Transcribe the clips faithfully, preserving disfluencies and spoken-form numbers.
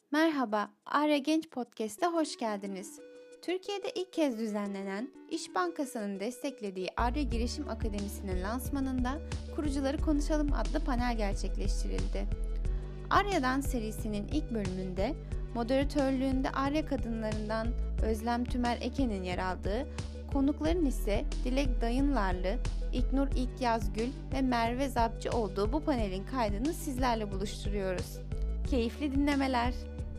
Merhaba, Arya Genç Podcast'a hoş geldiniz. Türkiye'de ilk kez düzenlenen İş Bankası'nın desteklediği Arya Girişim Akademisi'nin lansmanında Kurucuları Konuşalım adlı panel gerçekleştirildi. Arya'dan serisinin ilk bölümünde moderatörlüğünde Arya kadınlarından Özlem Tümer Eken'in yer aldığı, konukların ise Dilek Dayınlarlı, İlknur İlkyazgül ve Merve Zapçı olduğu bu panelin kaydını sizlerle buluşturuyoruz. Keyifli dinlemeler.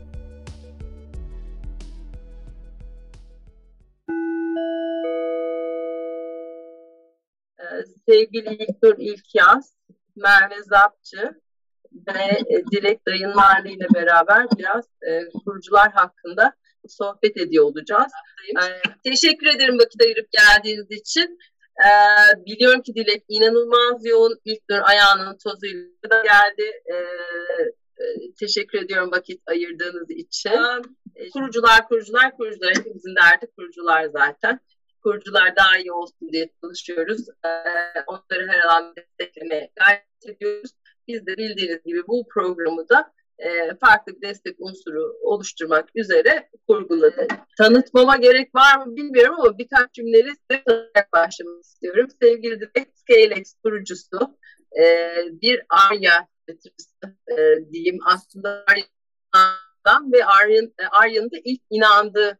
Sevgili İlknur İlkyaz, Merve Zapçı ve Dilek Dayınlarlı ile beraber biraz e, kurucular hakkında sohbet ediyor olacağız. E, teşekkür ederim vakit ayırıp geldiğiniz için. E, biliyorum ki Dilek inanılmaz yoğun, İlknur ayağının tozuyla da geldi. E, e, teşekkür ediyorum vakit ayırdığınız için. E, kurucular, kurucular, kurucular. Hepimizin derdi kurucular zaten. Kurucular daha iyi olsun diye çalışıyoruz. Ee, onları her an desteklemeye gayret ediyoruz. Biz de bildiğiniz gibi bu programı da e, farklı bir destek unsuru oluşturmak üzere kurguladık. Tanıtmama gerek var mı bilmiyorum ama birkaç cümleyle size tanıtarak başlamak istiyorum. Sevgili Dilek, Scalex kurucusu, e, bir Arya yatırıcısı e, diyeyim aslında Arya'dan ve Arya'nın Arya'nın da ilk inandığı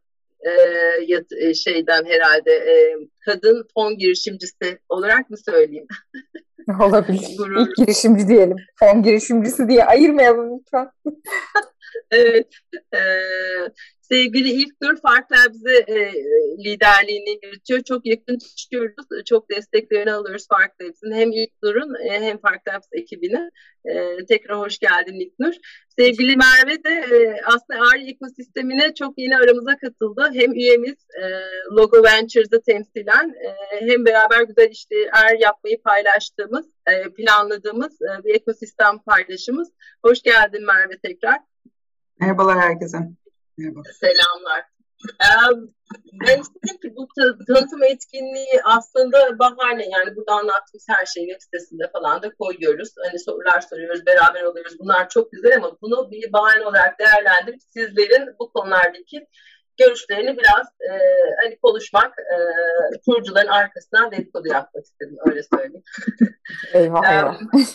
E, şeyden herhalde e, kadın fon girişimcisi olarak mı söyleyeyim? Olabilir. İlk girişimci diyelim. Fon girişimcisi diye ayırmayalım lütfen. Evet. E, sevgili İlknur Fark Labs'e e, liderliğini yürütüyor. Çok yakın çalışıyoruz. Çok desteklerini alıyoruz Fark Labs'in. Hem İlknur'un e, hem Fark Labs ekibinin. E, tekrar hoş geldin İlknur. Sevgili Merve de e, aslında Arya ekosistemine çok yeni aramıza katıldı. Hem üyemiz e, Logo Ventures'ı temsilen e, hem beraber güzel işler yapmayı paylaştığımız, e, planladığımız e, bir ekosistem paylaşımız. Hoş geldin Merve tekrar. Merhabalar herkese. Merhaba. Selamlar. Ee, ben istedim ki bu tanıtım etkinliği aslında bahane, yani burada anlattığımız her şeyi web sitesinde falan da koyuyoruz. Hani sorular soruyoruz, beraber oluyoruz. Bunlar çok güzel ama bunu bir bahane olarak değerlendirip sizlerin bu konulardaki görüşlerini biraz e, hani konuşmak, e, kurucuların arkasından dedikodu yapmak istedim, öyle söyleyeyim. Eyvah eyvah.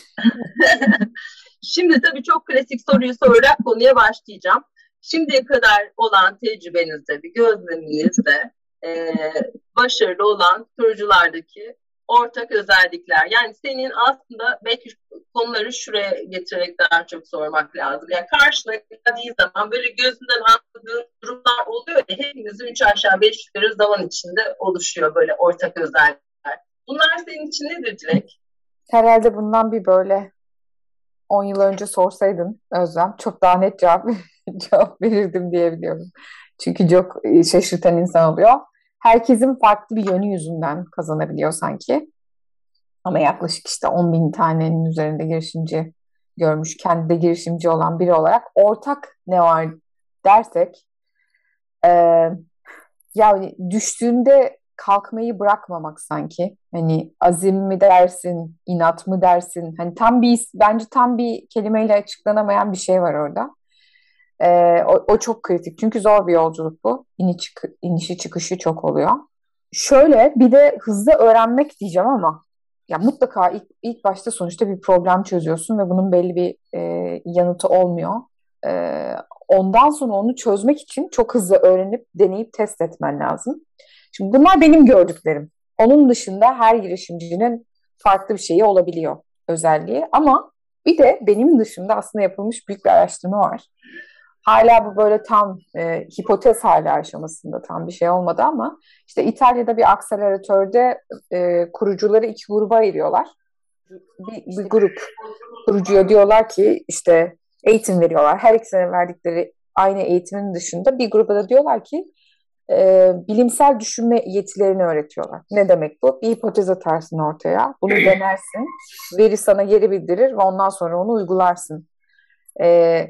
Şimdi tabii çok klasik soruyu sorarak konuya başlayacağım. Şimdiye kadar olan tecrübenizde, bir gözleminizde e, başarılı olan kuruculardaki ortak özellikler. Yani senin aslında belki konuları şuraya getirerek daha çok sormak lazım. Yani karşına geldiği zaman böyle gözünden anladığın durumlar oluyor ya, hepimizin üç aşağı beş yukarı zaman içinde oluşuyor böyle ortak özellikler. Bunlar senin için nedir Dilek? Herhalde bundan bir böyle on yıl önce sorsaydın Özlem çok daha net cevap cevap verirdim diyebiliyorum. Çünkü çok şaşırtan insan oluyor. Herkesin farklı bir yönü yüzünden kazanabiliyor sanki. Ama yaklaşık işte on bin tanenin üzerinde girişimci görmüş, kendi de girişimci olan biri olarak ortak ne var dersek e, yani düştüğünde kalkmayı bırakmamak sanki. Hani azim mi dersin, inat mı dersin? Hani tam bir, bence tam bir kelimeyle açıklanamayan bir şey var orada. Ee, o, o çok kritik. Çünkü zor bir yolculuk bu. İniş, inişi çıkışı çok oluyor. Şöyle bir de hızlı öğrenmek diyeceğim ama ya mutlaka ilk, ilk başta sonuçta bir problem çözüyorsun ve bunun belli bir e, yanıtı olmuyor. E, ondan sonra onu çözmek için çok hızlı öğrenip deneyip test etmen lazım. Şimdi bunlar benim gördüklerim. Onun dışında her girişimcinin farklı bir şeyi olabiliyor, özelliği. Ama bir de benim dışında aslında yapılmış büyük bir araştırma var. Hala bu böyle tam e, hipotez hala aşamasında, tam bir şey olmadı ama işte İtalya'da bir akseleratörde e, kurucuları iki gruba ayırıyorlar. Bir, bir grup kurucuya diyorlar ki işte eğitim veriyorlar. Her ikisine verdikleri aynı eğitimin dışında bir gruba da diyorlar ki e, bilimsel düşünme yetilerini öğretiyorlar. Ne demek bu? Bir hipotez atarsın ortaya, bunu denersin, veri sana geri bildirir ve ondan sonra onu uygularsın. E,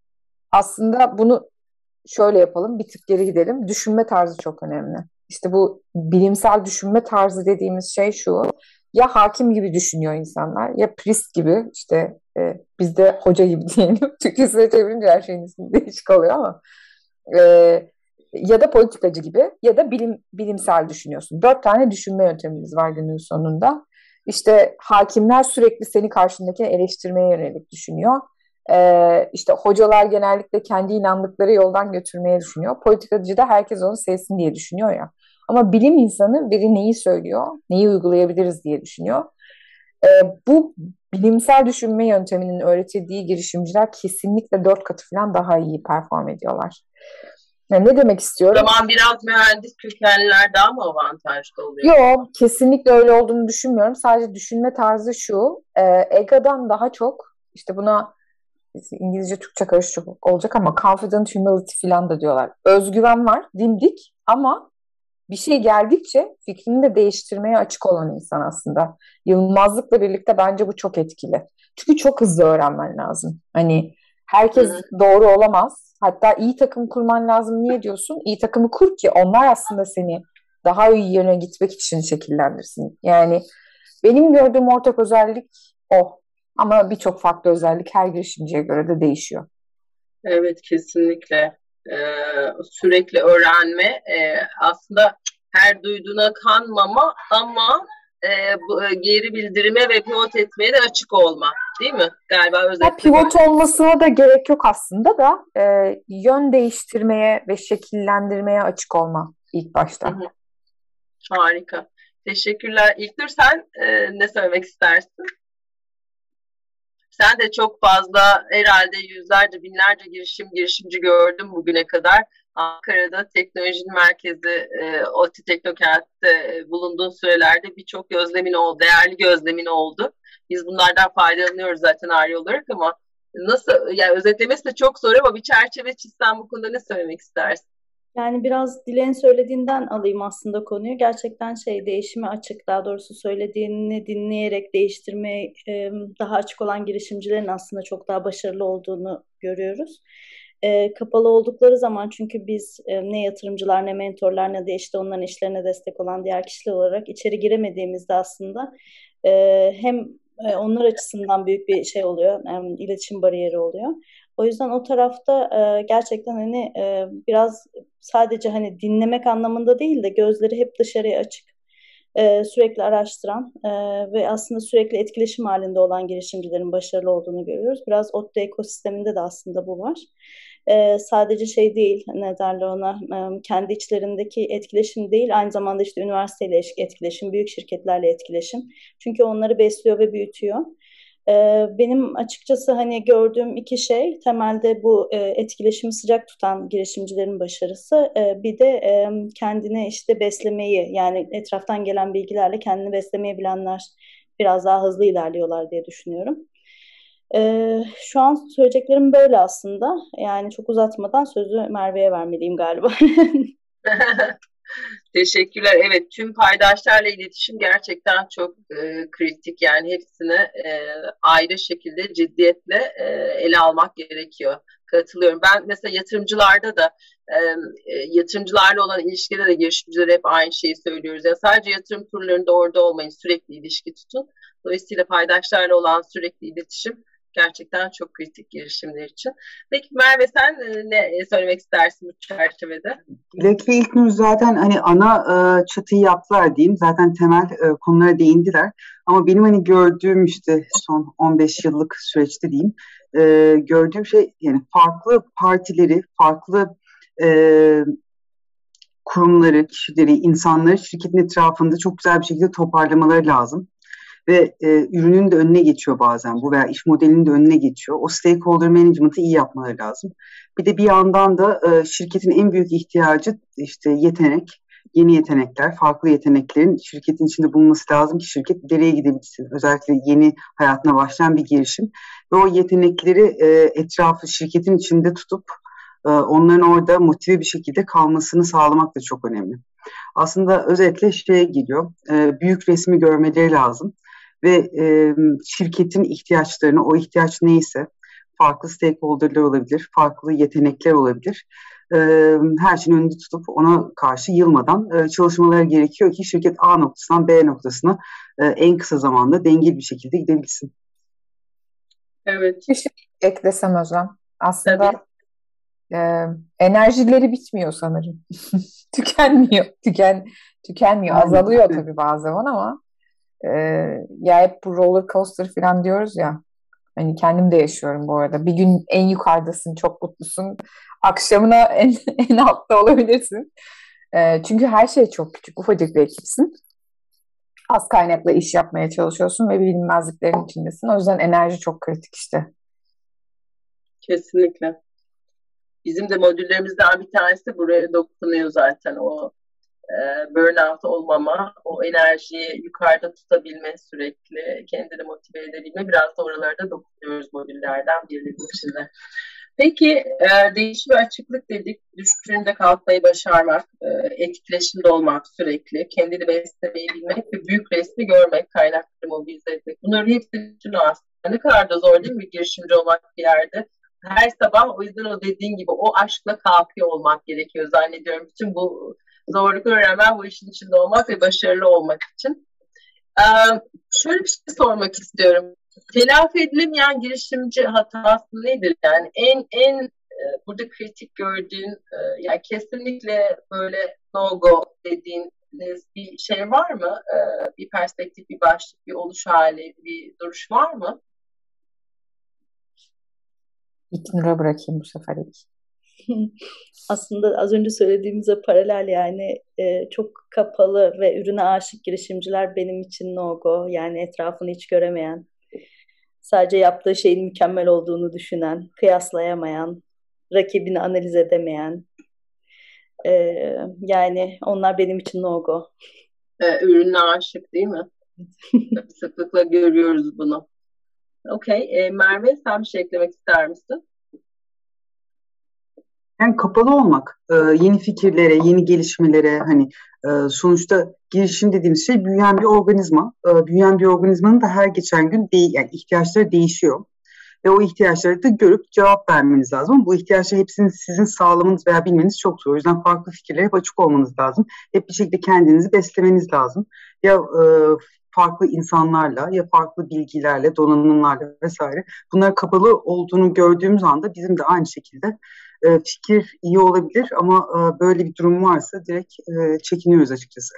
aslında bunu şöyle yapalım, bir tık geri gidelim. Düşünme tarzı çok önemli. İşte bu bilimsel düşünme tarzı dediğimiz şey şu: ya hakim gibi düşünüyor insanlar ya priest gibi işte e, bizde hoca gibi diyelim. Türkçesine çevirince her şeyin ismi değişik oluyor ama e, ya da politikacı gibi ya da bilim bilimsel düşünüyorsun. Dört tane düşünme yöntemimiz var günün sonunda. İşte hakimler sürekli seni karşındakini eleştirmeye yönelik düşünüyor. Ee, işte hocalar genellikle kendi inandıkları yoldan götürmeye düşünüyor. Politikacı da herkes onu sevsin diye düşünüyor ya. Ama bilim insanı biri neyi söylüyor, neyi uygulayabiliriz diye düşünüyor. Ee, bu bilimsel düşünme yönteminin öğretildiği girişimciler kesinlikle dört katı falan daha iyi perform ediyorlar. Yani ne demek O istiyorum? zaman biraz mühendis kökenliler daha mı avantajlı oluyor? Yok, kesinlikle öyle olduğunu düşünmüyorum. Sadece düşünme tarzı şu, e, ego'dan daha çok, işte buna İngilizce Türkçe karışık olacak ama confident humility falan da diyorlar. Özgüven var, dimdik ama bir şey geldikçe fikrini de değiştirmeye açık olan insan aslında. Yılmazlıkla birlikte bence bu çok etkili. Çünkü çok hızlı öğrenmen lazım. Hani herkes Hı. doğru olamaz. Hatta iyi takım kurman lazım. Niye diyorsun? İyi takımı kur ki onlar aslında seni daha iyi yöne gitmek için şekillendirsin. Yani benim gördüğüm ortak özellik o. Ama birçok farklı özellik her girişimciye göre de değişiyor. Evet, kesinlikle. Ee, sürekli öğrenme, e, aslında her duyduğuna kanmama ama e, bu, e, geri bildirime ve pivot etmeye de açık olma, değil mi? Galiba Ya özetle pivot böyle. olmasına da gerek yok aslında da e, yön değiştirmeye ve şekillendirmeye açık olma ilk Hı başta. hı, harika. Teşekkürler. İlknur, sen e, ne söylemek istersin? Sen de çok fazla, herhalde yüzlerce, binlerce girişim, girişimci gördüm bugüne kadar. Ankara'da teknolojinin merkezi, e, ODTÜ Teknokent'te e, bulunduğun sürelerde birçok gözlemin oldu, değerli gözlemin oldu. Biz bunlardan faydalanıyoruz zaten Arya olarak ama nasıl, yani özetlemesi de çok zor ama bir çerçeve çizsen bu konuda ne söylemek istersin? Yani biraz Dileğin söylediğinden alayım aslında konuyu. Gerçekten şey değişime açık, daha doğrusu söylediğini dinleyerek değiştirmeye e, daha açık olan girişimcilerin aslında çok daha başarılı olduğunu görüyoruz. E, kapalı oldukları zaman çünkü biz e, ne yatırımcılar ne mentorlar ne de işte onların işlerine destek olan diğer kişiler olarak içeri giremediğimizde aslında e, hem e, onlar açısından büyük bir şey oluyor, e, iletişim bariyeri oluyor. O yüzden o tarafta e, gerçekten hani e, biraz sadece hani dinlemek anlamında değil de gözleri hep dışarıya açık, e, sürekli araştıran e, ve aslında sürekli etkileşim halinde olan girişimcilerin başarılı olduğunu görüyoruz. Biraz ODTÜ ekosisteminde de aslında bu var. E, sadece şey değil, ne derler ona, e, kendi içlerindeki etkileşim değil, aynı zamanda işte üniversiteyle etkileşim, büyük şirketlerle etkileşim. Çünkü onları besliyor ve büyütüyor. Benim açıkçası hani gördüğüm iki şey temelde bu etkileşimi sıcak tutan girişimcilerin başarısı. Bir de kendini işte beslemeyi, yani etraftan gelen bilgilerle kendini beslemeyi bilenler biraz daha hızlı ilerliyorlar diye düşünüyorum. Şu an söyleyeceklerim böyle aslında. Yani çok uzatmadan sözü Merve'ye vermeliyim galiba. Teşekkürler. Evet, tüm paydaşlarla iletişim gerçekten çok e, kritik. Yani hepsini e, ayrı şekilde ciddiyetle e, ele almak gerekiyor. Katılıyorum. Ben mesela yatırımcılarda da e, yatırımcılarla olan ilişkide de girişimcilere hep aynı şeyi söylüyoruz. Yani sadece yatırım turlarında orada olmayın, sürekli ilişki tutun. Dolayısıyla paydaşlarla olan sürekli iletişim gerçekten çok kritik girişimler için. Peki Merve, sen ne söylemek istersin bu çerçevede? Dilek ve İlknur zaten hani ana e, çatıyı yaptılar diyeyim. Zaten temel e, konulara değindiler. Ama benim hani gördüğüm işte son on beş yıllık süreçte diyeyim, e, gördüğüm şey yani farklı partileri, farklı e, kurumları, kişileri, insanları şirketin etrafında çok güzel bir şekilde toparlamaları lazım. Ve e, ürünün de önüne geçiyor bazen bu veya iş modelinin de önüne geçiyor. O stakeholder management'ı iyi yapmaları lazım. Bir de bir yandan da e, şirketin en büyük ihtiyacı işte yetenek, yeni yetenekler, farklı yeteneklerin şirketin içinde bulunması lazım ki şirket ileriye gidebilsin. Özellikle yeni hayatına başlayan bir girişim. Ve o yetenekleri e, etrafı şirketin içinde tutup e, onların orada motive bir şekilde kalmasını sağlamak da çok önemli. Aslında özetle şeye geliyor, e, büyük resmi görmeleri lazım. Ve e, şirketin ihtiyaçlarını, o ihtiyaç neyse farklı stakeholder'lar olabilir, farklı yetenekler olabilir. e, her şeyin önünde tutup ona karşı yılmadan e, çalışmaları gerekiyor ki şirket A noktasından B noktasına e, en kısa zamanda dengeli bir şekilde gidebilsin. Evet. Bir şey eklesem Özlem. Aslında Tabii. e, enerjileri bitmiyor sanırım. Tükenmiyor. Tüken, tükenmiyor. Aynen. Azalıyor tabii bazen ama e, ya hep bu roller coaster falan diyoruz ya. Hani kendim de yaşıyorum bu arada. Bir gün en yukarıdasın, çok mutlusun. Akşamına en, en altta olabilirsin. E, çünkü her şey çok küçük, ufacık bir ekipsin. Az kaynakla iş yapmaya çalışıyorsun ve bilinmezliklerin içindesin. O yüzden enerji çok kritik işte. Kesinlikle. Bizim de modüllerimizden bir tanesi buraya dokunuyor zaten. O e, burnout olmama, o enerjiyi yukarıda tutabilme, sürekli kendini motive edebilme. Biraz da oralarda dokunuyoruz modüllerden birinin içinde. Peki e, değişim ve açıklık dedik. Düşüşünde kalkmayı başarmak, e, etkileşimde olmak sürekli, kendini beslemeyi bilmek ve büyük resmi görmek, kaynakları mobilize etmek. Bunların hepsi bütün aslında. Ne kadar da zor değil mi bir girişimci olmak bir yerde? Her sabah o yüzden o dediğin gibi o aşkla kalkıyor olmak gerekiyor zannediyorum. Bütün bu zorluklara rağmen bu işin içinde olmak ve başarılı olmak için. Ee, şöyle bir şey sormak istiyorum. Telafi edilemeyen girişimci hatası nedir? Yani en en e, burada kritik gördüğün, e, yani kesinlikle böyle no go dediğiniz bir şey var mı? E, bir perspektif, bir başlık, bir oluş hali, bir duruş var mı? İlknur'a bırakayım bu sefer ilk. Aslında az önce söylediğimize paralel yani e, çok kapalı ve ürüne aşık girişimciler benim için no go. Yani etrafını hiç göremeyen, sadece yaptığı şeyin mükemmel olduğunu düşünen, kıyaslayamayan, rakibini analiz edemeyen. E, yani onlar benim için no go. E, ürüne aşık değil mi? Sıklıkla görüyoruz bunu. Okey. E, Merve, sen bir şey eklemek ister misin? Yani kapalı olmak, e, yeni fikirlere, yeni gelişmelere, hani e, sonuçta girişim dediğimiz şey büyüyen bir organizma. E, büyüyen bir organizmanın da her geçen gün değil, yani ihtiyaçları değişiyor. Ve o ihtiyaçları da görüp cevap vermeniz lazım. Bu ihtiyaçları hepsini sizin sağlamanız veya bilmeniz çok zor. O yüzden farklı fikirlere hep açık olmanız lazım. Hep bir şekilde kendinizi beslemeniz lazım. Ya e, farklı insanlarla, ya farklı bilgilerle, donanımlarla vesaire. Bunlar kapalı olduğunu gördüğümüz anda bizim de aynı şekilde e, fikir iyi olabilir ama e, böyle bir durum varsa direkt e, çekiniyoruz açıkçası.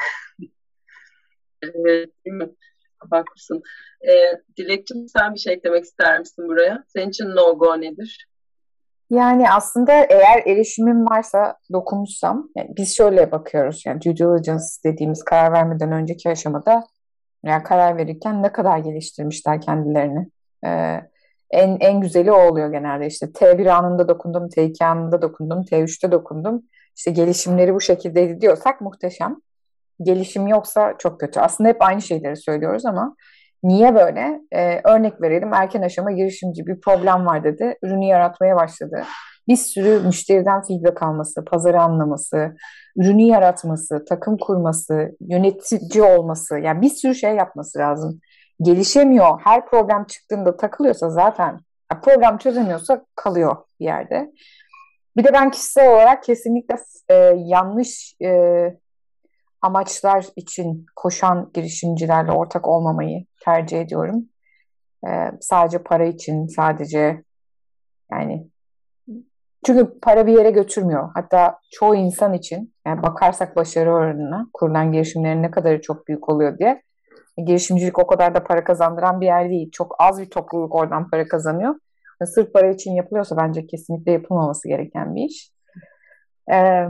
Evet, değil mi? Haklısın. E, Dilekçim, sen bir şey eklemek ister misin buraya? Senin için no go nedir? Yani aslında eğer erişimim varsa dokunmuşsam, yani biz şöyle bakıyoruz, yani due diligence dediğimiz karar vermeden önceki aşamada, yani karar verirken ne kadar geliştirmişler kendilerini. Ee, en en güzeli o oluyor genelde, işte T bir anında dokundum, T iki anında dokundum, T üçte dokundum. İşte gelişimleri bu şekildeydi diyorsak muhteşem. Gelişim yoksa çok kötü. Aslında hep aynı şeyleri söylüyoruz ama niye böyle? Ee, örnek verelim, erken aşama girişimci bir problem var dedi. Ürünü yaratmaya başladı. Bir sürü müşteriden feedback alması, pazarı anlaması, ürünü yaratması, takım kurması, yönetici olması, yani bir sürü şey yapması lazım. Gelişemiyor. Her problem çıktığında takılıyorsa zaten, ya problem çözemiyorsa kalıyor bir yerde. Bir de ben kişisel olarak kesinlikle e, yanlış e, amaçlar için koşan girişimcilerle ortak olmamayı tercih ediyorum. Ee, sadece para için, sadece yani çünkü para bir yere götürmüyor. Hatta çoğu insan için, yani bakarsak başarı oranına, kurulan girişimlerin ne kadarı çok büyük oluyor diye, girişimcilik o kadar da para kazandıran bir yer değil. Çok az bir topluluk oradan para kazanıyor. Yani sırf para için yapılıyorsa bence kesinlikle yapılmaması gereken bir iş. Ee,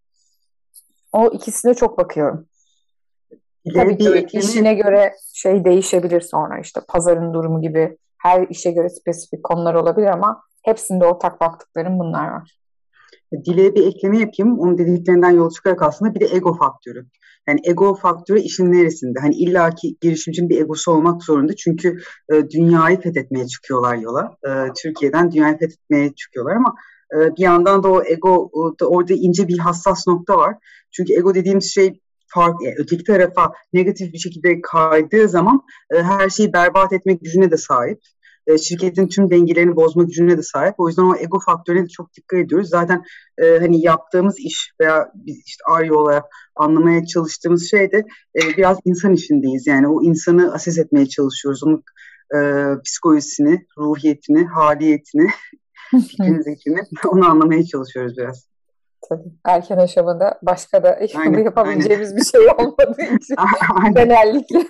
o ikisine çok bakıyorum. Tabii ki Bir işine göre şey değişebilir sonra, işte pazarın durumu gibi her işe göre spesifik konular olabilir ama hepsinde ortak baktıklarım bunlar var. Dile'ye bir ekleme yapayım. Onun dediklerinden yola çıkarak aslında bir de ego faktörü. Yani ego faktörü işin neresinde? Hani illaki girişimcinin bir egosu olmak zorunda. Çünkü e, dünyayı fethetmeye çıkıyorlar yola. E, Türkiye'den dünyayı fethetmeye çıkıyorlar ama e, bir yandan da o ego, da orada ince bir hassas nokta var. Çünkü ego dediğimiz şey fark, yani öteki tarafa negatif bir şekilde kaydığı zaman e, her şeyi berbat etmek gücüne de sahip. e, şirketin tüm dengelerini bozma gücüne de sahip. O yüzden o ego faktörüne de çok dikkat ediyoruz. Zaten e, hani yaptığımız iş veya biz işte A R I olarak anlamaya çalıştığımız şey de e, biraz insan işindeyiz. Yani o insanı ases etmeye çalışıyoruz. Onun e, psikolojisini, ruhiyetini, haliyetini, fikrini, zekini onu anlamaya çalışıyoruz biraz. Tabii. Erken aşamada başka da Aynen, yapabileceğimiz aynen. bir şey olmadığı için Aynen. genellikle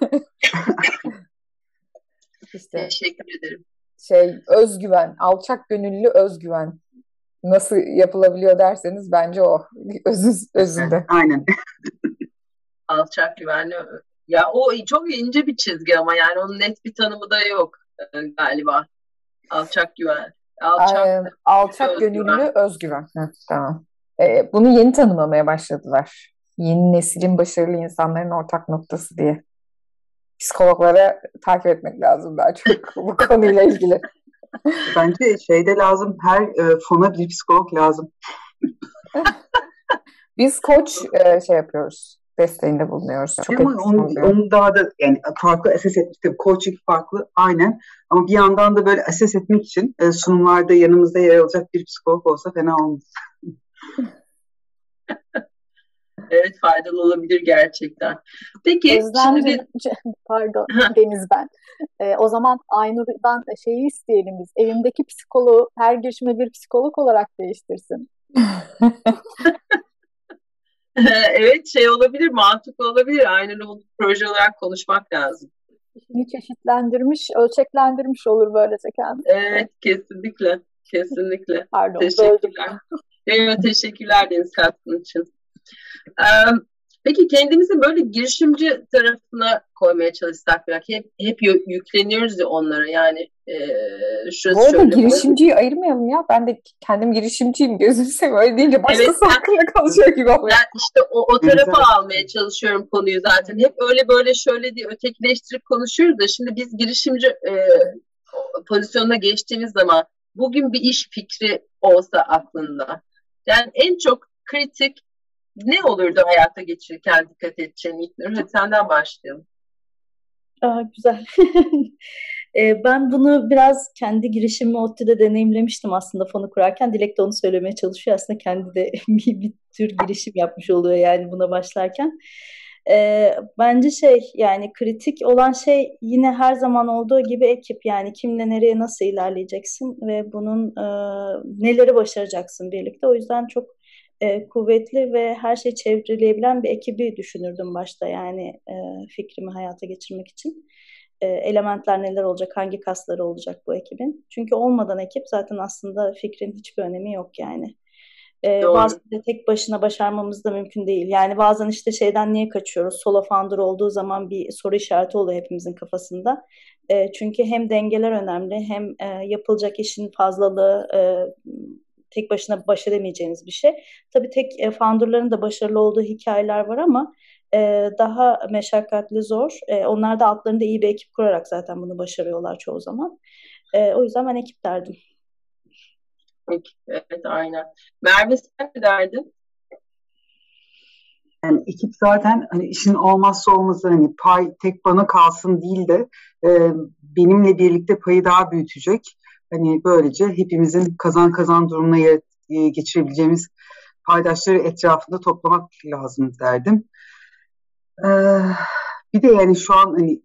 işte Teşekkür ederim. şey özgüven, alçak gönüllü özgüven nasıl yapılabiliyor derseniz bence o özü, özünde. Aynen. Alçak güvenli. Ya o çok ince bir çizgi ama yani onun net bir tanımı da yok e, galiba. Alçak güven. Alçak Ay, alçak özgüven. gönüllü özgüven. Heh, tamam. Ee, bunu yeni tanımlamaya başladılar. Yeni neslin başarılı insanların ortak noktası diye. Psikologlara takip etmek lazım daha çok bu konuyla ilgili. Bence şeyde lazım, her e, fona bir psikolog lazım. Biz koç e, şey yapıyoruz. Desteğinde bulunuyoruz. Çok Ama etkisi onu, oluyor. onu daha da yani farklı assess etmek, tabii coaching farklı aynen. Ama bir yandan da böyle assess etmek için e, sunumlarda yanımızda yer alacak bir psikolog olsa fena olmaz. Evet, faydalı olabilir gerçekten. Peki şimdi Özlemciğim, bir pardon Deniz ben. Ee, o zaman Aynur'dan şeyi isteyelim biz. Evimdeki psikoloğu her girişime bir psikolog olarak değiştirsin. evet şey olabilir, mantıklı olabilir. Aynen o proje olarak konuşmak lazım. İşini çeşitlendirmiş, ölçeklendirmiş olur böylece kendisi. Evet, kesinlikle. Kesinlikle. Pardon, böldüm. Teşekkürler. Evet, teşekkürler Deniz katkın için. Ee, peki kendimizi böyle girişimci tarafına koymaya çalışsak biraz. Hep, hep yü- yükleniyoruz ya onlara yani. E, şurası Bu arada şöyle, girişimciyi ayırmayalım ya. Ben de kendim girişimciyim. Gözünü seveyim. Öyle deyince başkası Evet, hakkında konuşuyor gibi oluyor. ben işte o, o tarafa Evet. almaya çalışıyorum konuyu zaten. Hep öyle böyle şöyle diye ötekileştirip konuşuyoruz da şimdi biz girişimci e, pozisyonuna geçtiğimiz zaman bugün bir iş fikri olsa aklında. Yani en çok kritik ne olurdu hayata geçirirken dikkat edeceğin İlknur? Hadi senden başlayalım. Aa, güzel. E, ben bunu biraz kendi girişimimi ODTÜ'de deneyimlemiştim aslında fonu kurarken. Dilek de onu söylemeye çalışıyor. Aslında kendi de bir, bir tür girişim yapmış oluyor yani buna başlarken. E, bence şey yani kritik olan şey yine her zaman olduğu gibi ekip. Yani kimle nereye nasıl ilerleyeceksin ve bunun e, neleri başaracaksın birlikte. O yüzden çok e, kuvvetli ve her şeyi çevreleyebilen bir ekibi düşünürdüm başta yani e, fikrimi hayata geçirmek için. E, elementler neler olacak, hangi kasları olacak bu ekibin. Çünkü olmadan ekip zaten aslında fikrin hiçbir önemi yok yani. E, Doğru. bazen de tek başına başarmamız da mümkün değil. Yani bazen işte şeyden niye kaçıyoruz? Solo founder olduğu zaman bir soru işareti oluyor hepimizin kafasında. E, çünkü hem dengeler önemli, hem e, yapılacak işin fazlalığı, e, tek başına baş edemeyeceğiniz bir şey. Tabii tek e, founderların da başarılı olduğu hikayeler var ama e, daha meşakkatli, zor. E, onlar da altlarında iyi bir ekip kurarak zaten bunu başarıyorlar çoğu zaman. E, o yüzden ben ekip derdim. Peki, evet aynen. Merve sen ne derdin? Yani ekip zaten hani işin olmazsa olmazı, hani pay tek bana kalsın değil de e, benimle birlikte payı daha büyütecek. Hani böylece hepimizin kazan kazan durumuna yer, e, geçirebileceğimiz paydaşları etrafında toplamak lazım derdim. Ee, bir de yani şu an hani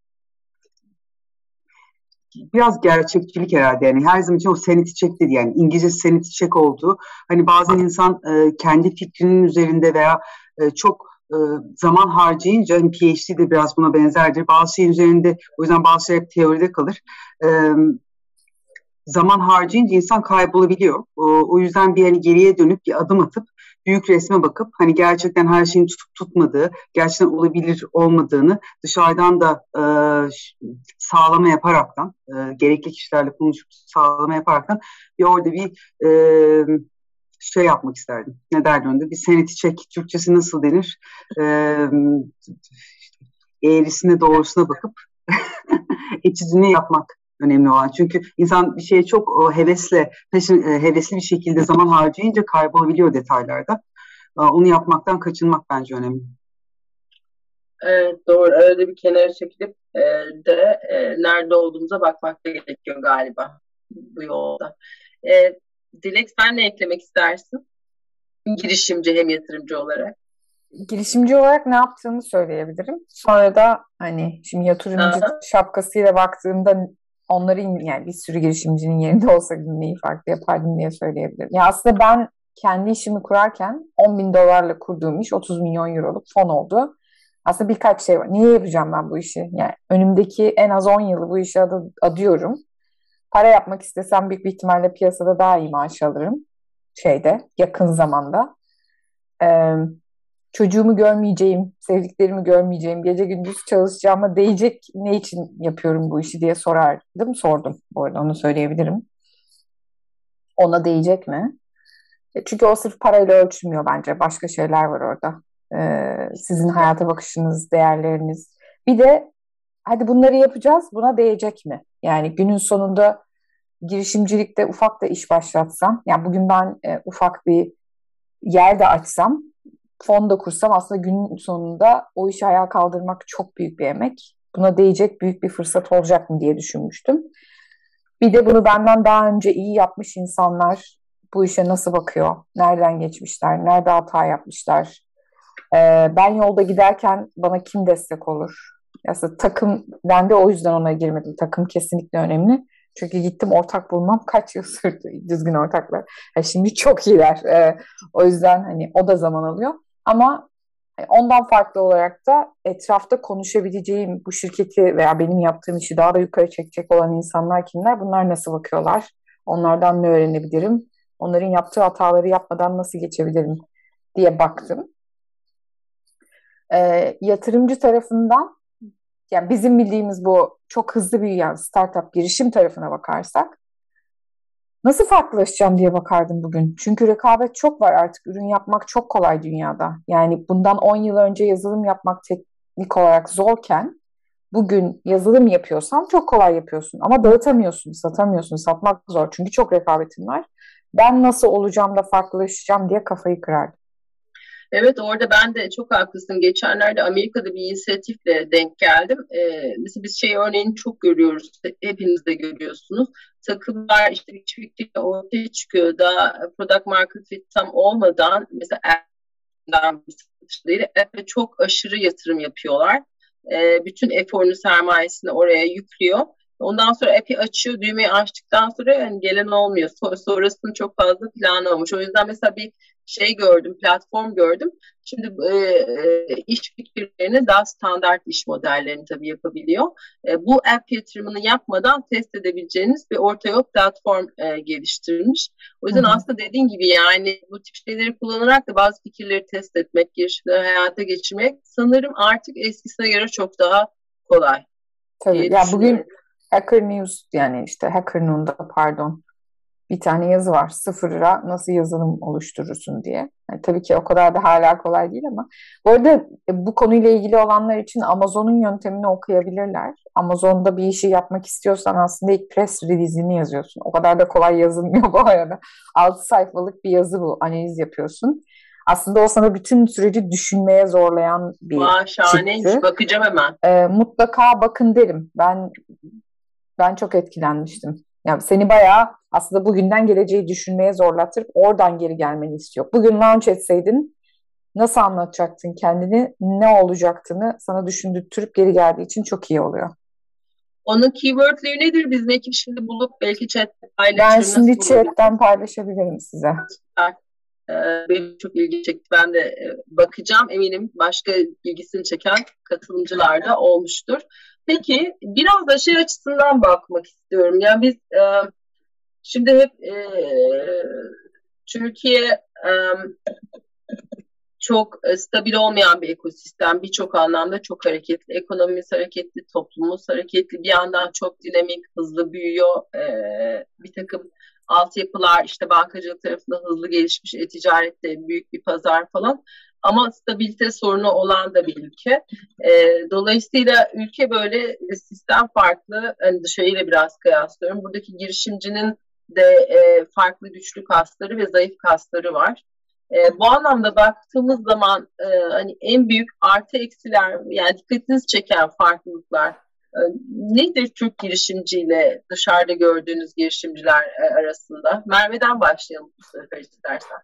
biraz gerçekçilik herhalde, yani her zaman için o sanity check dedi, yani İngilizce sanity check olduğu, hani bazen insan e, kendi fikrinin üzerinde veya e, çok e, zaman harcayınca, hani P H D de biraz buna benzerdir, bazı şeyin üzerinde, o yüzden bazı şeyler teoride kalır. E, zaman harcayınca insan kaybolabiliyor. O, o yüzden bir hani geriye dönüp bir adım atıp büyük resme bakıp hani gerçekten her şeyin tutup tutmadığı, gerçekten olabilir olmadığını dışarıdan da e, sağlama yaparaktan, e, gerekli kişilerle konuşup sağlama yaparaktan bir orada bir e, şey yapmak isterdim. Ne derler onda? Bir sanity check. Türkçesi nasıl denir? E, eğrisine doğrusuna bakıp etüdünü yapmak önemli olan. Çünkü insan bir şeye çok o, hevesle, peşin, e, hevesli bir şekilde zaman harcayınca kaybolabiliyor detaylarda. E, onu yapmaktan kaçınmak bence önemli. Evet, doğru. Arada bir kenara çekilip e, de e, nerede olduğumuza bakmak da gerekiyor galiba bu yolda. E, Dilek, sen ne eklemek istersin? Girişimci hem yatırımcı olarak. Girişimci olarak ne yaptığımı söyleyebilirim. Sonra da hani şimdi yatırımcı Aha. şapkasıyla baktığımda onların, yani bir sürü girişimcinin yerinde olsa neyi farklı yapardım diye söyleyebilirim. Ya aslında ben kendi işimi kurarken on bin dolarla kurduğum iş otuz milyon euroluk fon oldu. Aslında birkaç şey var. Niye yapacağım ben bu işi? Yani önümdeki en az on yılı bu işe adı, adıyorum. Para yapmak istesem büyük bir ihtimalle piyasada daha iyi maaş alırım. Şeyde, yakın zamanda. Ee, Çocuğumu görmeyeceğim, sevdiklerimi görmeyeceğim, gece gündüz çalışacağıma değecek ne için yapıyorum bu işi diye sorardım. Sordum bu arada, onu söyleyebilirim. Ona değecek mi? E, Çünkü o sırf parayla ölçülmüyor bence. Başka şeyler var orada. Ee, sizin hayata bakışınız, değerleriniz. Bir de hadi bunları yapacağız, buna değecek mi? Yani günün sonunda girişimcilikte ufak da iş başlatsam, yani bugün ben e, ufak bir yer de açsam, fon da kursam, aslında günün sonunda o işi ayağa kaldırmak çok büyük bir emek. Buna değecek büyük bir fırsat olacak mı diye düşünmüştüm. Bir de bunu benden daha önce iyi yapmış insanlar bu işe nasıl bakıyor? Nereden geçmişler? Nerede hata yapmışlar? Ee, ben yolda giderken bana kim destek olur? Aslında takım, ben de o yüzden ona girmedim. Takım kesinlikle önemli. Çünkü gittim, ortak bulmam kaç yıl sürdü, düzgün ortaklar. Ya şimdi çok iyiler. Ee, o yüzden hani o da zaman alıyor. Ama ondan farklı olarak da etrafta konuşabileceğim, bu şirketi veya benim yaptığım işi daha da yukarı çekecek olan insanlar kimler? Bunlar nasıl bakıyorlar? Onlardan ne öğrenebilirim? Onların yaptığı hataları yapmadan nasıl geçebilirim diye baktım. Ee, yatırımcı tarafından, yani bizim bildiğimiz bu çok hızlı büyüyen startup girişim tarafına bakarsak, nasıl farklılaşacağım diye bakardım bugün. Çünkü rekabet çok var artık. Ürün yapmak çok kolay dünyada. Yani bundan on yıl önce yazılım yapmak teknik olarak zorken, bugün yazılım yapıyorsan çok kolay yapıyorsun. Ama dağıtamıyorsun, satamıyorsun, satmak zor. Çünkü çok rekabetin var. Ben nasıl olacağım da farklılaşacağım diye kafayı kırardım. Evet, orada ben de çok haklısın. Geçenlerde Amerika'da bir inisiyatifle denk geldim. Ee, mesela biz şey örneğini çok görüyoruz. Hepiniz de görüyorsunuz. Takımlar işte bir fikirle ortaya çıkıyor da product market fit tam olmadan mesela App'den App'e çok aşırı yatırım yapıyorlar. Ee, bütün eforunu, sermayesini oraya yüklüyor. Ondan sonra app'i açıyor, düğmeyi açtıktan sonra yani gelen olmuyor. Sonrasını çok fazla planlamamış. O yüzden mesela bir şey gördüm, platform gördüm. Şimdi e, e, iş fikirlerini daha standart iş modellerini tabii yapabiliyor. E, bu app yatırımını yapmadan test edebileceğiniz bir orta yol platform e, geliştirilmiş. O yüzden hı hı. aslında dediğin gibi yani bu tip şeyleri kullanarak da bazı fikirleri test etmek, girişimleri hayata geçirmek sanırım artık eskisine göre çok daha kolay. Tabii. Ya bugün Hacker News, yani işte Hacker Noon'da pardon, bir tane yazı var. Sıfıra nasıl yazılım oluşturursun diye. Yani tabii ki o kadar da hala kolay değil ama. Bu arada bu konuyla ilgili olanlar için Amazon'un yöntemini okuyabilirler. Amazon'da bir işi yapmak istiyorsan aslında ilk press release'ini yazıyorsun. O kadar da kolay yazılmıyor bu arada. altı sayfalık bir yazı bu. Analiz yapıyorsun. Aslında o sana bütün süreci düşünmeye zorlayan bir Vay, şahaneymiş. çıktı. Bakacağım hemen. Ee, mutlaka bakın derim. Ben ben çok etkilenmiştim. Yani seni bayağı aslında bugünden geleceği düşünmeye zorlattırıp oradan geri gelmeni istiyor. Bugün launch etseydin nasıl anlatacaktın kendini, ne olacaktığını sana düşündürtüp geri geldiği için çok iyi oluyor. Onun keywordleri nedir? Biz ne ki şimdi bulup belki chat'te paylaşırız. Ben şimdi chat'ten paylaşabilirim size. Ee, benim çok ilgi çekti. Ben de e, bakacağım. Eminim başka ilgisini çeken katılımcılar da olmuştur. Peki biraz da şey açısından bakmak istiyorum. Yani biz e, şimdi hep e, Türkiye e, çok stabil olmayan bir ekosistem. Birçok anlamda çok hareketli. Ekonomimiz hareketli, toplumumuz hareketli. Bir yandan çok dinamik, hızlı büyüyor. E, bir takım altyapılar, işte bankacılık tarafında hızlı gelişmiş, e-ticarette büyük bir pazar falan. Ama stabilite sorunu olan da bir ülke. E, dolayısıyla ülke böyle, sistem farklı. Hani dışarıyla biraz kıyaslıyorum. Buradaki girişimcinin de e, farklı güçlü kasları ve zayıf kasları var. E, bu anlamda baktığımız zaman e, hani en büyük artı eksiler, yani dikkatinizi çeken farklılıklar e, nedir Türk girişimciyle dışarıda gördüğünüz girişimciler e, arasında? Merve'den başlayalım bu sefer istersen.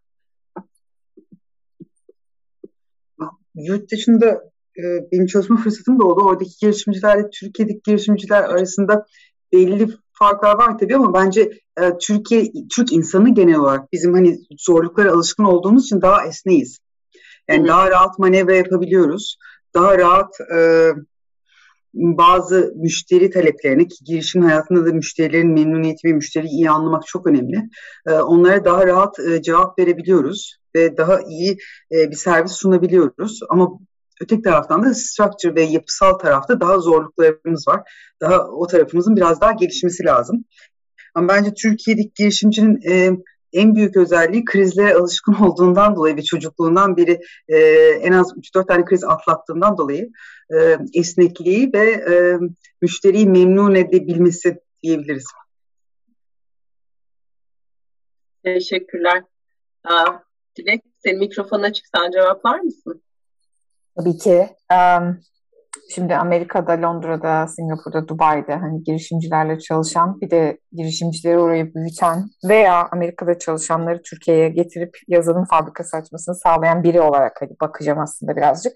Yurt dışında e, benim çalışma fırsatım da oldu. Oradaki girişimcilerle Türkiye'deki girişimciler arasında belli farklar var tabii ama bence e, Türkiye, Türk insanı genel olarak bizim hani zorluklara alışkın olduğumuz için daha esneyiz. Yani Hı. daha rahat manevra yapabiliyoruz. Daha rahat e, bazı müşteri taleplerine, ki girişim hayatında da müşterilerin memnuniyeti ve müşteriyi iyi anlamak çok önemli. E, onlara daha rahat e, cevap verebiliyoruz ve daha iyi e, bir servis sunabiliyoruz. Ama öteki taraftan da structure ve yapısal tarafta daha zorluklarımız var. Daha o tarafımızın biraz daha gelişmesi lazım. Ama bence Türkiye'deki girişimcinin e, en büyük özelliği krizlere alışkın olduğundan dolayı ve çocukluğundan beri e, en az üç dört tane kriz atlattığından dolayı e, esnekliği ve e, müşteriyi memnun edebilmesi diyebiliriz. Teşekkürler. Aa, Dilek, senin mikrofonun açık, sen cevaplar mısın? Tabii ki. Um, Şimdi Amerika'da, Londra'da, Singapur'da, Dubai'de hani girişimcilerle çalışan, bir de girişimcileri orayı büyüten veya Amerika'da çalışanları Türkiye'ye getirip yazılım fabrikası açmasını sağlayan biri olarak hani bakacağım aslında birazcık.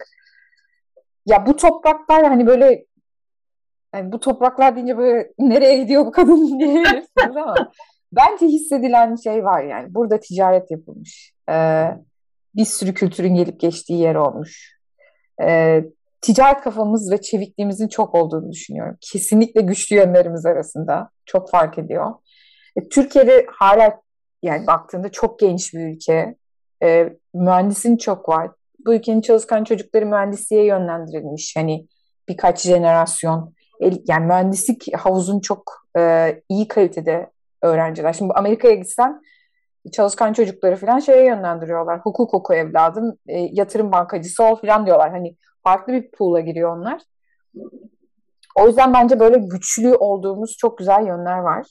Ya bu topraklar hani böyle, yani bu topraklar deyince böyle nereye gidiyor bu kadın diyebilirsiniz ama bence hissedilen şey var yani. Burada ticaret yapılmış. Ee, bir sürü kültürün gelip geçtiği yer olmuş. Ee, ticaret kafamız ve çevikliğimizin çok olduğunu düşünüyorum. Kesinlikle güçlü yönlerimiz arasında. Çok fark ediyor. E, Türkiye'de hala yani baktığında çok geniş bir ülke. E, mühendisin çok var. Bu ülkenin çalışkan çocukları mühendisliğe yönlendirilmiş. Hani birkaç jenerasyon. E, yani mühendislik havuzun çok e, iyi kalitede öğrenciler. Şimdi Amerika'ya gitsen çalışkan çocukları falan şeye yönlendiriyorlar. Hukuk oku evladım, e, yatırım bankacısı ol falan diyorlar. Hani farklı bir pool'a giriyor onlar. O yüzden bence böyle güçlü olduğumuz çok güzel yönler var.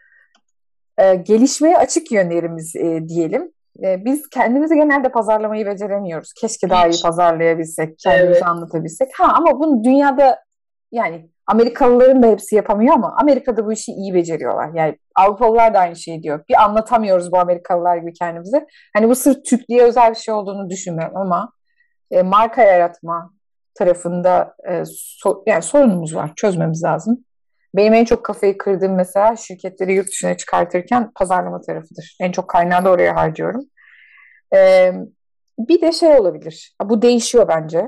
E, gelişmeye açık yönlerimiz e, diyelim. E, biz kendimizi genelde pazarlamayı beceremiyoruz. Keşke daha iyi pazarlayabilsek, kendimizi Evet. anlatabilsek. Ha ama bunu dünyada yani Amerikalıların da hepsi yapamıyor ama Amerika'da bu işi iyi beceriyorlar. Yani Avrupalılar da aynı şeyi diyor. Bir anlatamıyoruz bu Amerikalılar gibi kendimizi. Hani bu sırf Türklüğe özel bir şey olduğunu düşünmüyorum ama e, marka yaratma tarafında e, so, yani sorunumuz var. Çözmemiz lazım. Benim en çok kafayı kırdığım mesela şirketleri yurt dışına çıkartırken pazarlama tarafıdır. En çok kaynağı da oraya harcıyorum. E, bir de şey olabilir. Bu değişiyor bence.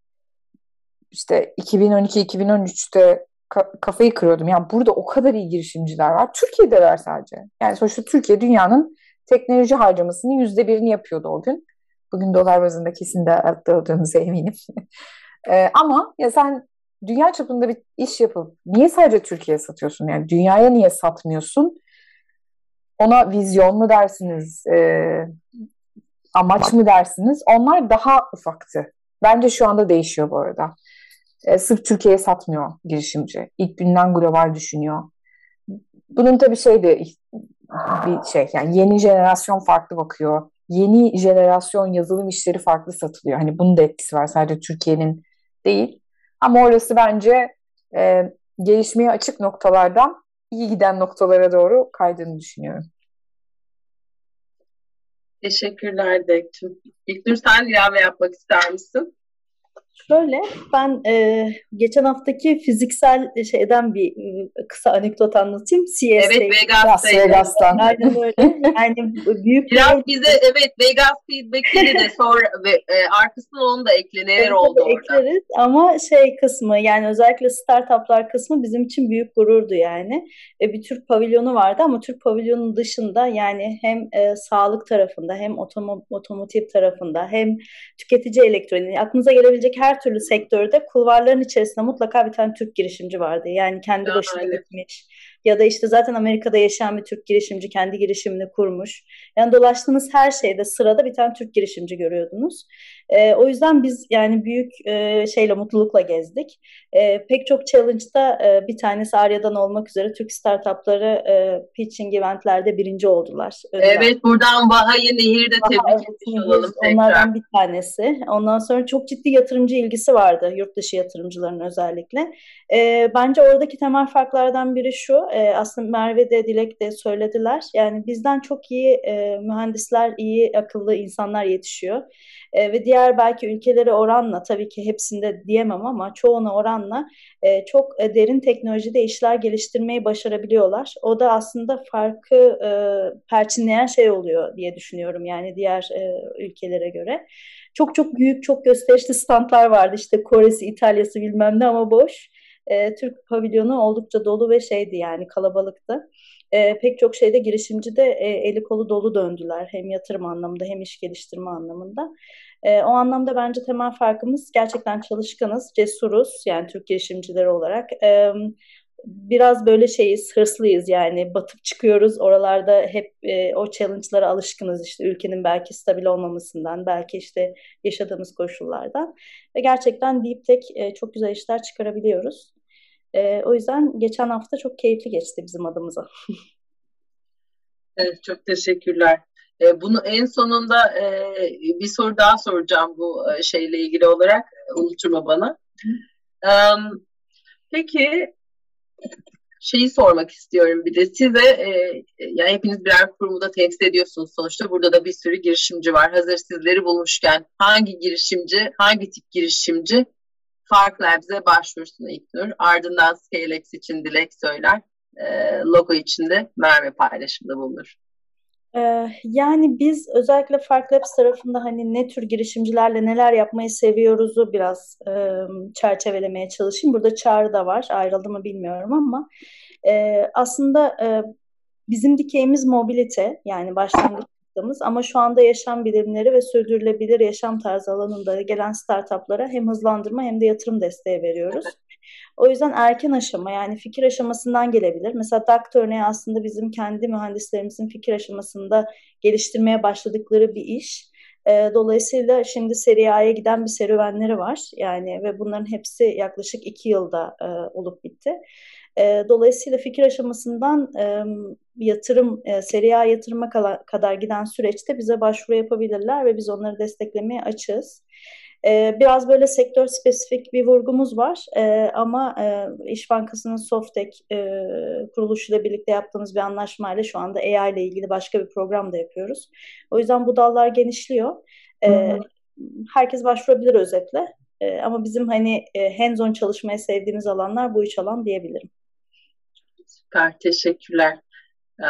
İşte iki bin on iki iki bin on üçte ka- kafayı kırıyordum. Yani burada o kadar iyi girişimciler var. Türkiye'deler sadece. Yani sonuçta Türkiye dünyanın teknoloji harcamasının yüzde birini yapıyordu o gün. Bugün dolar bazında kesin de arttırdığımıza eminim. Ee, ama ya sen dünya çapında bir iş yapıp niye sadece Türkiye'ye satıyorsun? Yani dünyaya niye satmıyorsun? Ona vizyon mu dersiniz? Ee, amaç mı dersiniz? Onlar daha ufaktı. Bence şu anda değişiyor bu arada. E, sırf Türkiye'ye satmıyor girişimci. İlk günden global düşünüyor. Bunun tabii şey de bir şey, yani yeni jenerasyon farklı bakıyor. Yeni jenerasyon yazılım işleri farklı satılıyor. Hani bunun da etkisi var, sadece Türkiye'nin değil. Ama orası bence e, gelişmeye açık noktalardan iyi giden noktalara doğru kaydığını düşünüyorum. Teşekkürler Dekçim. İlknur, sen ilave yapmak ister misin? Şöyle, ben e, geçen haftaki fiziksel şeyden bir e, kısa anekdot anlatayım. C S Evet, Vegas'taydı. Las Vegas'tan. Aynen öyle. Yani büyük Biraz bir... bize evet Vegas feedbackleri de sonra ve e, arkasına onu da ekle. Neler Evet, oldu orada? ekleriz ama şey kısmı, yani özellikle startuplar kısmı bizim için büyük gururdu yani. E, bir Türk pavilyonu vardı ama Türk pavilyonun dışında yani hem e, sağlık tarafında hem otomo otomotiv tarafında hem tüketici elektroniği, aklınıza gelebilecek her türlü sektörde kulvarların içerisinde mutlaka bir tane Türk girişimci vardı. Yani kendi Yani. başına gitmiş, Ya da işte zaten Amerika'da yaşayan bir Türk girişimci kendi girişimini kurmuş. Yani dolaştığınız her şeyde sırada bir tane Türk girişimci görüyordunuz. E, o yüzden biz yani büyük e, şeyle mutlulukla gezdik. E, pek çok challenge'da e, bir tanesi Arya'dan olmak üzere Türk startupları e, pitching eventlerde birinci oldular. Ödül Evet, buradan Vaha'yı Nehir'de Aha, tebrik evet, etmiş Nehir olalım tekrar. onlardan bir tanesi. Ondan sonra çok ciddi yatırımcı ilgisi vardı, yurt dışı yatırımcıların özellikle. Ee, bence oradaki temel farklardan biri şu, e, aslında Merve de Dilek de söylediler. Yani bizden çok iyi e, mühendisler, iyi akıllı insanlar yetişiyor. E, ve diğer belki ülkelere oranla, tabii ki hepsinde diyemem ama çoğuna oranla e, çok e, derin teknolojide işler geliştirmeyi başarabiliyorlar. O da aslında farkı e, perçinleyen şey oluyor diye düşünüyorum yani diğer e, ülkelere göre. Çok çok büyük, çok gösterişli standlar vardı işte Kore'si, İtalya'sı bilmem ne ama boş. E, Türk pavilyonu oldukça dolu ve şeydi yani kalabalıktı. E, pek çok şeyde girişimci de e, eli kolu dolu döndüler. Hem yatırım anlamında hem iş geliştirme anlamında. E, o anlamda bence temel farkımız gerçekten çalışkanız, cesuruz yani Türk girişimcileri olarak. E, biraz böyle şeyiz, hırslıyız yani batıp çıkıyoruz. Oralarda hep e, o challenge'lara alışkınız işte ülkenin belki stabil olmamasından, belki işte yaşadığımız koşullardan. Ve gerçekten deep tech e, çok güzel işler çıkarabiliyoruz. E, o yüzden geçen hafta çok keyifli geçti bizim adımıza. Evet, çok teşekkürler. E, bunu en sonunda e, bir soru daha soracağım bu e, şeyle ilgili olarak. Unutturma bana. E, peki şeyi sormak istiyorum bir de size e, yani hepiniz birer kurumu da temsil ediyorsunuz sonuçta. Burada da bir sürü girişimci var. Hazır sizleri bulmuşken hangi girişimci, hangi tip girişimci Fark Labs'e başvursun İlknur. Ardından ScaleX için Dilek söyler. E, logo içinde Merve paylaşımda bulunur. Ee, yani biz özellikle Fark Labs tarafında hani ne tür girişimcilerle neler yapmayı seviyoruzu biraz e, çerçevelemeye çalışayım. Burada Çağrı da var. Ayrıldı mı bilmiyorum ama e, aslında e, bizim dikeyimiz mobilite yani başlangıç noktamız ama şu anda yaşam bilimleri ve sürdürülebilir yaşam tarzı alanında gelen startuplara hem hızlandırma hem de yatırım desteği veriyoruz. O yüzden erken aşama yani fikir aşamasından gelebilir. Mesela Dakt örneği aslında bizim kendi mühendislerimizin fikir aşamasında geliştirmeye başladıkları bir iş. E, dolayısıyla şimdi seri A'ya giden bir serüvenleri var. Yani ve bunların hepsi yaklaşık iki yılda e, olup bitti. E, dolayısıyla fikir aşamasından e, yatırım, e, seri A yatırıma kadar giden süreçte bize başvuru yapabilirler ve biz onları desteklemeye açığız. Ee, biraz böyle sektör spesifik bir vurgumuz var ee, ama e, İş Bankası'nın Softek e, kuruluşuyla birlikte yaptığımız bir anlaşmayla şu anda A I ile ilgili başka bir program da yapıyoruz. O yüzden bu dallar genişliyor. Ee, herkes başvurabilir özetle ee, ama bizim hani e, hands-on çalışmayı sevdiğimiz alanlar bu üç alan diyebilirim. Süper, teşekkürler. Ee,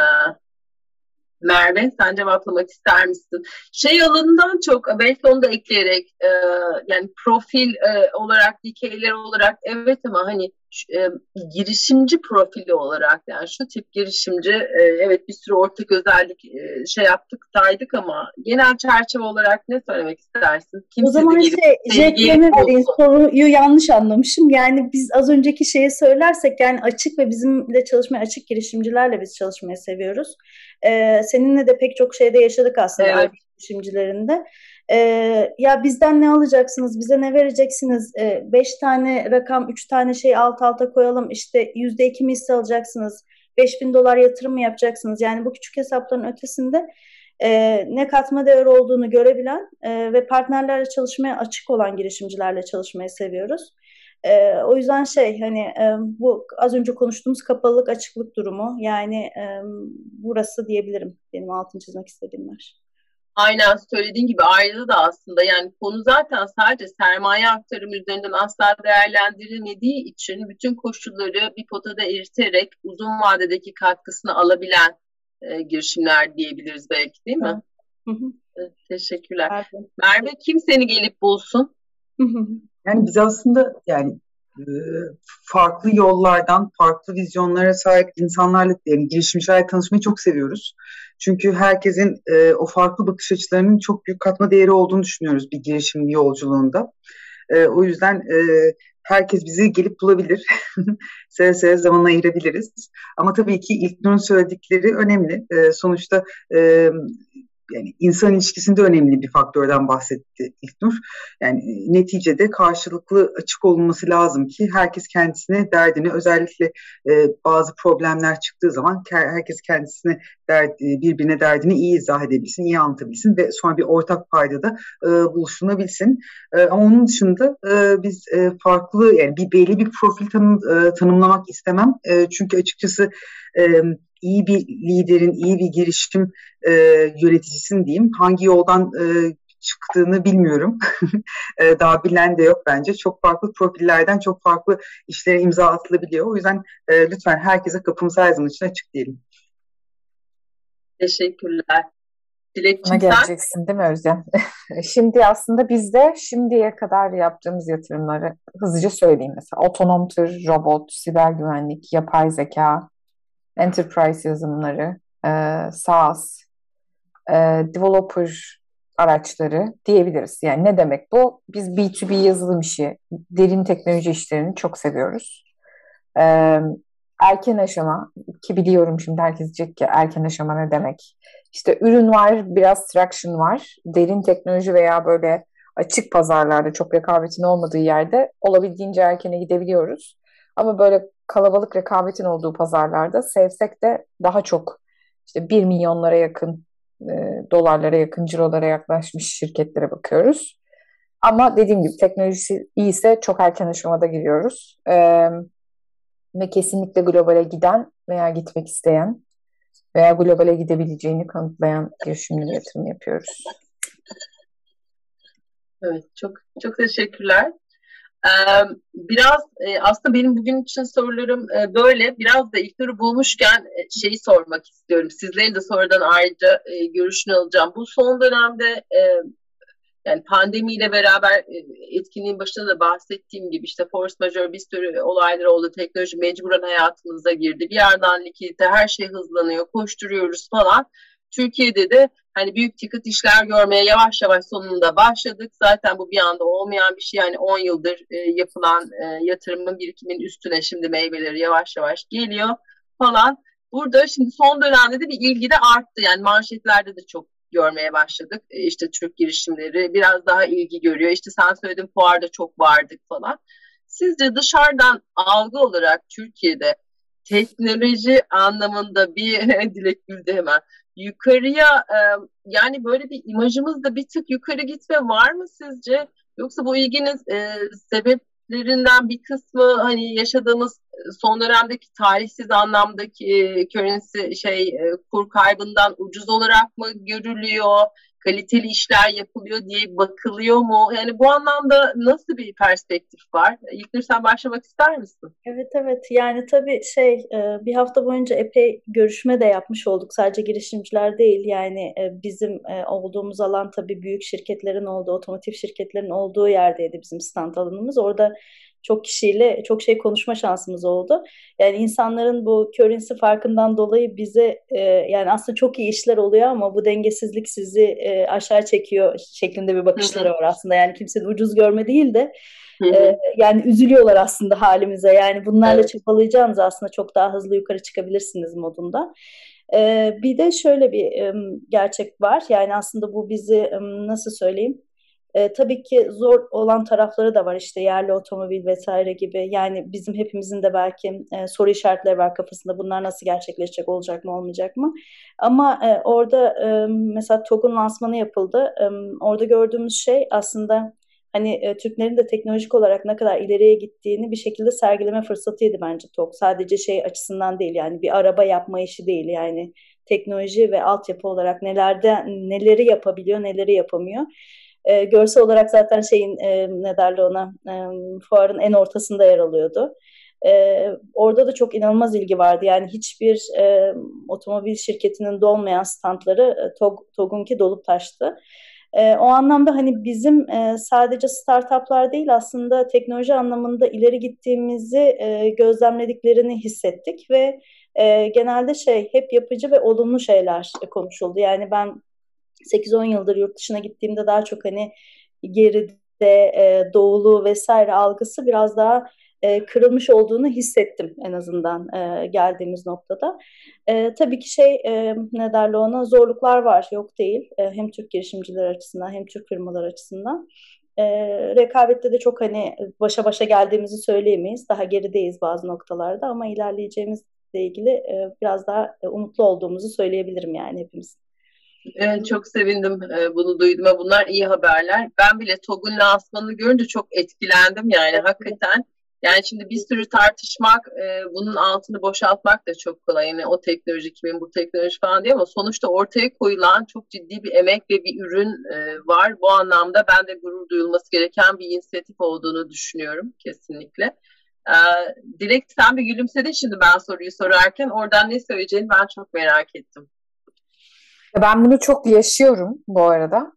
Merve, sen cevaplamak ister misin? Şey alanından çok, belki onu da ekleyerek, e, yani profil e, olarak, dikeyler olarak evet ama hani e, girişimci profili olarak yani şu tip girişimci e, evet bir sürü ortak özellik e, şey yaptık, saydık ama genel çerçeve olarak ne söylemek istersin? Kim o zaman gelip, şey, Jet'leme vereyim, soruyu yanlış anlamışım. Yani biz az önceki şeyi söylersek yani açık ve bizimle çalışmaya açık girişimcilerle biz çalışmayı seviyoruz. Ee, seninle de pek çok şeyde yaşadık aslında evet. girişimcilerinde. Ee, ya bizden ne alacaksınız, bize ne vereceksiniz, ee, beş tane rakam, üç tane şey alt alta koyalım, işte yüzde iki mi hisse alacaksınız, beş bin dolar yatırım mı yapacaksınız? Yani bu küçük hesapların ötesinde e, ne katma değer olduğunu görebilen e, ve partnerlerle çalışmaya açık olan girişimcilerle çalışmayı seviyoruz. E, o yüzden şey hani e, bu az önce konuştuğumuz kapalılık açıklık durumu yani e, burası diyebilirim benim altını çizmek istediğim yer. Aynen söylediğin gibi ayrıca da aslında yani konu zaten sadece sermaye aktarımı üzerinden asla değerlendirilmediği için bütün koşulları bir potada eriterek uzun vadedeki katkısını alabilen e, girişimler diyebiliriz belki değil mi? Hı hı. Evet, teşekkürler. Pardon. Merve kim seni gelip bulsun? Hı hı. Yani biz aslında yani e, farklı yollardan, farklı vizyonlara sahip insanlarla, yani girişimcilerle tanışmayı çok seviyoruz. Çünkü herkesin e, o farklı bakış açılarının çok büyük katma değeri olduğunu düşünüyoruz bir girişim yolculuğunda. E, o yüzden e, herkes bizi gelip bulabilir. Seve seve zaman ayırabiliriz. Ama tabii ki İlknur'un söyledikleri önemli. E, sonuçta e, yani insan ilişkisinde önemli bir faktörden bahsetti İlknur. Yani neticede karşılıklı açık olunması lazım ki herkes kendisine derdini, özellikle e, bazı problemler çıktığı zaman herkes kendisine derdi, birbirine derdini iyi izah edebilsin, iyi anlatabilsin ve sonra bir ortak paydada e, buluşunabilsin. E, ama onun dışında e, biz e, farklı, yani bir belli bir profil tanım, e, tanımlamak istemem. E, çünkü açıkçası e, iyi bir liderin, iyi bir girişim e, yöneticisin diyeyim, hangi yoldan e, çıktığını bilmiyorum. e, daha bilen de yok bence. Çok farklı profillerden çok farklı işlere imza atılabiliyor. O yüzden e, lütfen herkese kapımız her zaman için açık diyelim. Teşekkürler. Dilekçim Buna sen? geleceksin değil mi Özlem? Şimdi aslında biz de şimdiye kadar yaptığımız yatırımları hızlıca söyleyeyim. Mesela otonom tır, robot, siber güvenlik, yapay zeka, enterprise yazılımları, e, SaaS, e, developer araçları diyebiliriz. Yani ne demek bu? Biz B iki B yazılım işi, derin teknoloji işlerini çok seviyoruz. E, erken aşama, ki biliyorum şimdi herkes diyecek ki erken aşama ne demek? İşte ürün var, biraz traction var. Derin teknoloji veya böyle açık pazarlarda çok rekabetin olmadığı yerde olabildiğince erkene gidebiliyoruz. Ama böyle kalabalık rekabetin olduğu pazarlarda sevsek de daha çok işte bir milyonlara yakın e, dolarlara yakın cirolara yaklaşmış şirketlere bakıyoruz. Ama dediğim gibi teknolojisi iyiyse çok erken aşamada giriyoruz. E, ve kesinlikle globale giden veya gitmek isteyen veya globale gidebileceğini kanıtlayan girişimlere yatırım yapıyoruz. Evet, çok çok teşekkürler. Ee, biraz e, aslında benim bugün için sorularım e, böyle. Biraz da İlknur'u bulmuşken e, şeyi sormak istiyorum. Sizlerin de sonradan ayrıca e, görüşünü alacağım. Bu son dönemde e, yani pandemiyle beraber e, etkinliğin başında da bahsettiğim gibi işte force majeure bir sürü olaylar oldu. Teknoloji mecburen hayatımıza girdi. Bir yerden likidite, her şey hızlanıyor, koşturuyoruz falan. Türkiye'de de hani büyük ticket işler görmeye yavaş yavaş sonunda başladık. Zaten bu bir anda olmayan bir şey. Yani on yıldır e, yapılan e, yatırımın, birikimin üstüne şimdi meyveleri yavaş yavaş geliyor falan. Burada şimdi son dönemde de bir ilgi de arttı. Yani manşetlerde de çok görmeye başladık. E, İşte Türk girişimleri biraz daha ilgi görüyor. İşte sen söyledin, fuarda çok vardık falan. Sizce dışarıdan algı olarak Türkiye'de teknoloji anlamında bir Dilek güldü hemen. Yukarıya e, yani böyle bir imajımızda bir tık yukarı gitme var mı sizce? Yoksa bu ilginin e, sebeplerinden bir kısmı hani yaşadığımız son dönemdeki tarihsiz anlamdaki e, currency şey e, kur kaybından ucuz olarak mı görülüyor? Kaliteli işler yapılıyor diye bakılıyor mu? Yani bu anlamda nasıl bir perspektif var? İlknur, sen başlamak ister misin? Evet evet, yani tabii şey e, bir hafta boyunca epey görüşme de yapmış olduk, sadece girişimciler değil. Yani e, bizim e, olduğumuz alan tabii büyük şirketlerin olduğu, otomotiv şirketlerin olduğu yerdeydi bizim stand alanımız. Orada çok kişiyle çok şey konuşma şansımız oldu. Yani insanların bu currency farkından dolayı bize e, yani aslında çok iyi işler oluyor ama bu dengesizlik sizi e, aşağı çekiyor şeklinde bir bakışları var aslında. Yani kimsenin ucuz görme değil de e, yani üzülüyorlar aslında halimize. Yani bunlarla Evet. çabalayacağınız aslında çok daha hızlı yukarı çıkabilirsiniz modunda. E, bir de şöyle bir e, gerçek var. Yani aslında bu bizi e, nasıl söyleyeyim? E, tabii ki zor olan tarafları da var, işte yerli otomobil vesaire gibi. Yani bizim hepimizin de belki e, soru işaretleri var kafasında. Bunlar nasıl gerçekleşecek, olacak mı, olmayacak mı? Ama e, orada e, mesela TOG'un lansmanı yapıldı. E, orada gördüğümüz şey aslında hani e, Türklerin de teknolojik olarak ne kadar ileriye gittiğini bir şekilde sergileme fırsatıydı bence TOG. Sadece şey açısından değil, yani bir araba yapma işi değil, yani teknoloji ve altyapı olarak nelerde neleri yapabiliyor, neleri yapamıyor. E, görsel olarak zaten şeyin e, ne derler ona e, fuarın en ortasında yer alıyordu. E, orada da çok inanılmaz ilgi vardı. Yani hiçbir e, otomobil şirketinin dolmayan standları e, TOG, TOG'unki dolup taştı. E, o anlamda hani bizim e, sadece startuplar değil, aslında teknoloji anlamında ileri gittiğimizi e, gözlemlediklerini hissettik ve e, genelde şey hep yapıcı ve olumlu şeyler e, konuşuldu. Yani ben sekiz on yıldır yurt dışına gittiğimde daha çok hani geride e, doğulu vesaire algısı biraz daha e, kırılmış olduğunu hissettim en azından e, geldiğimiz noktada. E, tabii ki şey e, ne derler ona, zorluklar var, yok değil. E, hem Türk girişimciler açısından hem Türk firmalar açısından. E, rekabette de çok hani başa başa geldiğimizi söyleyemeyiz. Daha gerideyiz bazı noktalarda ama ilerleyeceğimizle ilgili e, biraz daha e, umutlu olduğumuzu söyleyebilirim yani hepimiz. Evet, çok sevindim e, bunu duyduğuma. Bunlar iyi haberler. Ben bile TOG'un lansmanını görünce çok etkilendim yani hakikaten. Yani şimdi bir sürü tartışmak, e, bunun altını boşaltmak da çok kolay. Yani o teknoloji kimin, bu teknoloji falan diye, ama sonuçta ortaya koyulan çok ciddi bir emek ve bir ürün e, var. Bu anlamda ben de gurur duyulması gereken bir inisiyatif olduğunu düşünüyorum kesinlikle. E, Dilek, sen bir gülümsedin şimdi ben soruyu sorarken. Oradan ne söyleyeceğini ben çok merak ettim. Ben bunu çok yaşıyorum bu arada.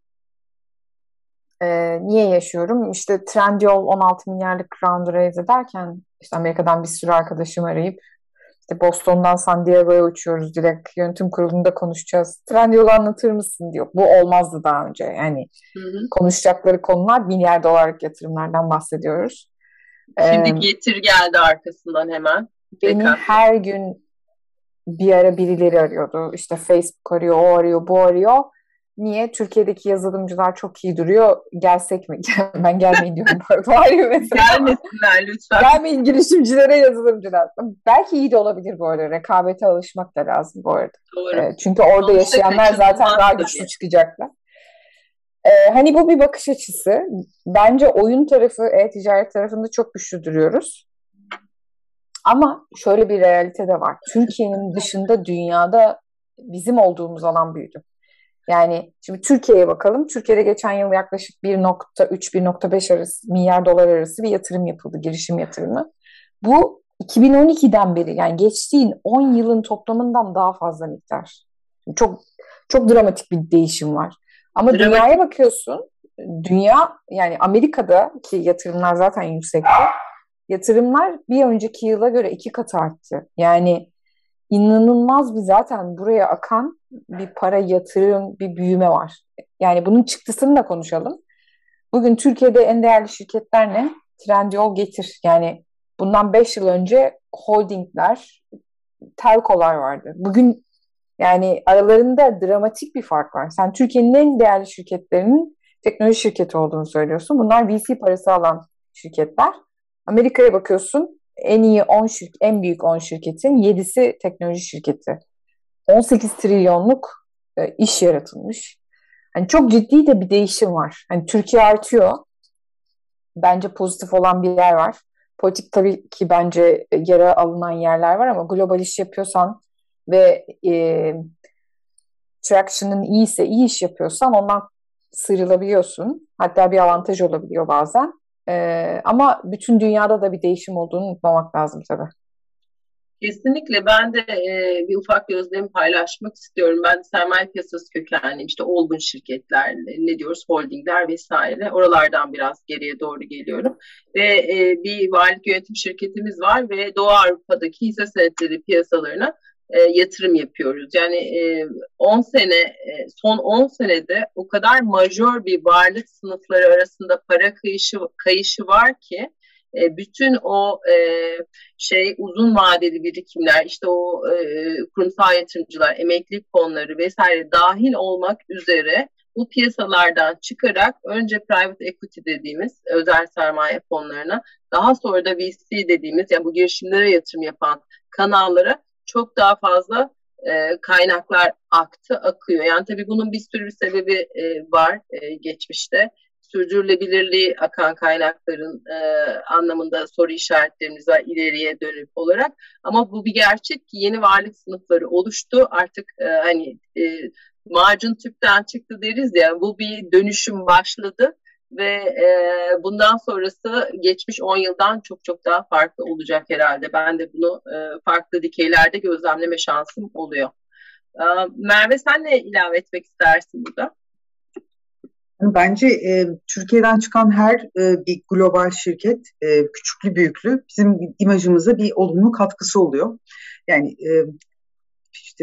Ee, niye yaşıyorum? İşte Trendyol on altı milyarlık round raise ederken işte Amerika'dan bir sürü arkadaşım arayıp işte Boston'dan San Diego'ya uçuyoruz, direkt yönetim kurulunda konuşacağız. Trendyol'u anlatır mısın diyor. Bu olmazdı daha önce. Yani Hı hı. konuşacakları konular milyar dolarlık yatırımlardan bahsediyoruz. Şimdi Ee, Getir geldi arkasından hemen. beni Backup. her gün bir ara birileri arıyordu. İşte Facebook arıyor, o arıyor, bu arıyor. Niye? Türkiye'deki yazılımcılar çok iyi duruyor. Gelsek mi? Ben gelmeyin diyorum. Var ya mesela. Gelmesinler lütfen. Gelmeyin girişimcilere, yazılımcılar. Belki iyi de olabilir bu arada. Rekabete alışmak da lazım bu arada. Doğru. Ee, çünkü orada Sonuçta yaşayanlar zaten kaçınılmaz daha tabii. güçlü çıkacaklar. Ee, hani bu bir bakış açısı. Bence oyun tarafı, e-ticaret tarafında çok güçlü duruyoruz. Ama şöyle bir realite de var. Türkiye'nin dışında dünyada bizim olduğumuz alan büyüdü. Yani şimdi Türkiye'ye bakalım. Türkiye'de geçen yıl yaklaşık bir nokta üç - bir nokta beş arası milyar dolar arası bir yatırım yapıldı, girişim yatırımı. Bu iki bin on ikiden beri, yani geçtiğin on yılın toplamından daha fazla miktar. Çok çok dramatik bir değişim var. Ama Dramatik. dünyaya bakıyorsun. Dünya, yani Amerika'daki yatırımlar zaten yüksekti. Yatırımlar bir önceki yıla göre iki katı arttı. Yani inanılmaz bir, zaten buraya akan bir para, yatırım, bir büyüme var. Yani bunun çıktısını da konuşalım. Bugün Türkiye'de en değerli şirketler ne? Trendyol, Getir. Yani bundan beş yıl önce holdingler, telkolar vardı. Bugün yani aralarında dramatik bir fark var. Sen Türkiye'nin en değerli şirketlerinin teknoloji şirketi olduğunu söylüyorsun. Bunlar V C parası alan şirketler. Amerika'ya bakıyorsun, en iyi on şirket, en büyük on şirketin yedisi teknoloji şirketi. on sekiz trilyonluk e, iş yaratılmış. Hani çok ciddi de bir değişim var. Hani Türkiye artıyor. Bence pozitif olan bir yer var. Politik tabii ki bence yara alınan yerler var ama global iş yapıyorsan ve e, traction'ın iyiyse, iyi iş yapıyorsan ondan sıyrılabiliyorsun. Hatta bir avantaj olabiliyor bazen. Ee, ama bütün dünyada da bir değişim olduğunu unutmamak lazım tabii. Kesinlikle ben de e, bir ufak gözlemi paylaşmak istiyorum. Ben de sermaye piyasası kökenliyim. İşte olgun şirketler, ne diyoruz, holdingler vesaire. Oralardan biraz geriye doğru geliyorum. Ve e, bir varlık yönetim şirketimiz var ve Doğu Avrupa'daki hisse senetleri piyasalarına e, yatırım yapıyoruz. Yani e, on sene, e, son on senede o kadar majör bir varlık sınıfları arasında para kayışı, kayışı var ki e, bütün o e, şey uzun vadeli birikimler, işte o e, kurumsal yatırımcılar, emeklilik fonları vesaire dahil olmak üzere bu piyasalardan çıkarak önce private equity dediğimiz özel sermaye fonlarına, daha sonra da V C dediğimiz, yani bu girişimlere yatırım yapan kanallara çok daha fazla e, kaynaklar aktı, akıyor. Yani tabii bunun bir sürü bir sebebi e, var e, geçmişte. Sürdürülebilirliği akan kaynakların e, anlamında soru işaretlerimiz var ileriye dönük olarak. Ama bu bir gerçek ki yeni varlık sınıfları oluştu. Artık e, hani e, macun tüpten çıktı deriz ya, bu bir dönüşüm başladı. Ve e, bundan sonrası geçmiş on yıldan çok çok daha farklı olacak herhalde. Ben de bunu e, farklı dikeylerde gözlemleme şansım oluyor. E, Merve, sen ne ilave etmek istersin burada? Bence e, Türkiye'den çıkan her e, bir global şirket, e, küçüklü büyüklü, bizim imajımıza bir olumlu katkısı oluyor. Yani e, işte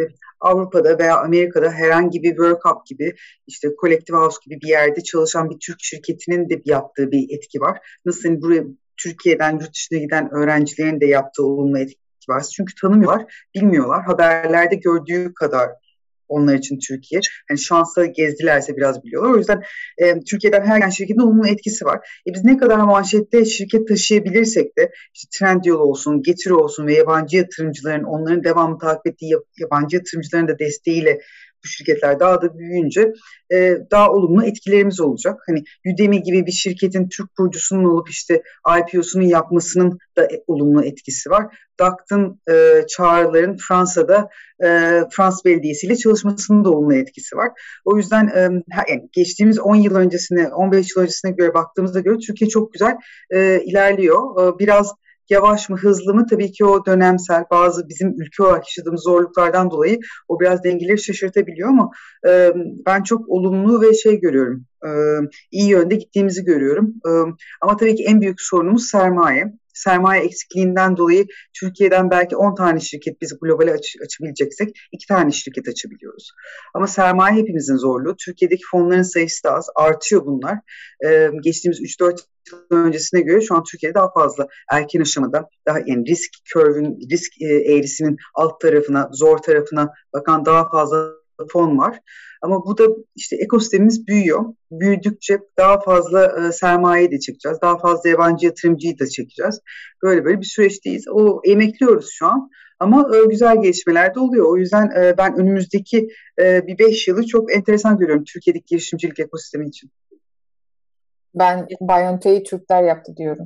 Avrupa'da veya Amerika'da herhangi bir Work Hub gibi, işte Collective House gibi bir yerde çalışan bir Türk şirketinin de yaptığı bir etki var. Nasıl hani buraya Türkiye'den yurt dışına giden öğrencilerin de yaptığı olumlu etki var. Çünkü tanımıyorlar, bilmiyorlar. Haberlerde gördüğü kadar onlar için Türkiye. Hani şansa gezdilerse biraz biliyorlar. O yüzden e, Türkiye'den her gelen şirketin olumlu etkisi var. E biz ne kadar manşette şirket taşıyabilirsek de işte Trendyol olsun, Getiri olsun ve yabancı yatırımcıların, onların devamlı takip ettiği yabancı yatırımcıların da desteğiyle bu şirketler daha da büyüyünce e, daha olumlu etkilerimiz olacak. Hani Udemy gibi bir şirketin Türk kurucusunun olup işte I P O'sunun yapmasının da e, olumlu etkisi var. D A C'ın e, çağrıların Fransa'da e, Fransız Belediyesi ile çalışmasının da olumlu etkisi var. O yüzden e, yani geçtiğimiz on yıl öncesine, on beş yıl öncesine göre baktığımızda göre Türkiye çok güzel e, ilerliyor. E, biraz yavaş mı, hızlı mı? Tabii ki o dönemsel, bazı bizim ülke olarak yaşadığımız zorluklardan dolayı o biraz dengeleri şaşırtabiliyor ama e, ben çok olumlu ve şey görüyorum, e, iyi yönde gittiğimizi görüyorum. E, ama tabii ki en büyük sorunumuz sermaye. Sermaye eksikliğinden dolayı Türkiye'den belki on tane şirket biz globale aç, açabileceksek iki tane şirket açabiliyoruz. Ama sermaye hepimizin zorluğu. Türkiye'deki fonların sayısı da az. Artıyor bunlar. Ee, geçtiğimiz üç dört yıl öncesine göre şu an Türkiye'de daha fazla erken aşamada, daha yani risk curve'ün, risk e, eğrisinin alt tarafına, zor tarafına bakan daha fazla fon var. Ama bu da işte ekosistemimiz büyüyor. Büyüdükçe daha fazla e, sermaye de çekeceğiz. Daha fazla yabancı yatırımcıyı da çekeceğiz. Böyle böyle bir süreçteyiz. O emekliyoruz şu an. Ama e, güzel gelişmeler de oluyor. O yüzden e, ben önümüzdeki e, bir beş yılı çok enteresan görüyorum Türkiye'deki girişimcilik ekosistemi için. Ben BioNTech'i Türkler yaptı diyorum.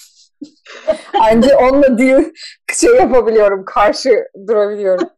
Ancak onunla diyor şey yapabiliyorum, karşı durabiliyorum.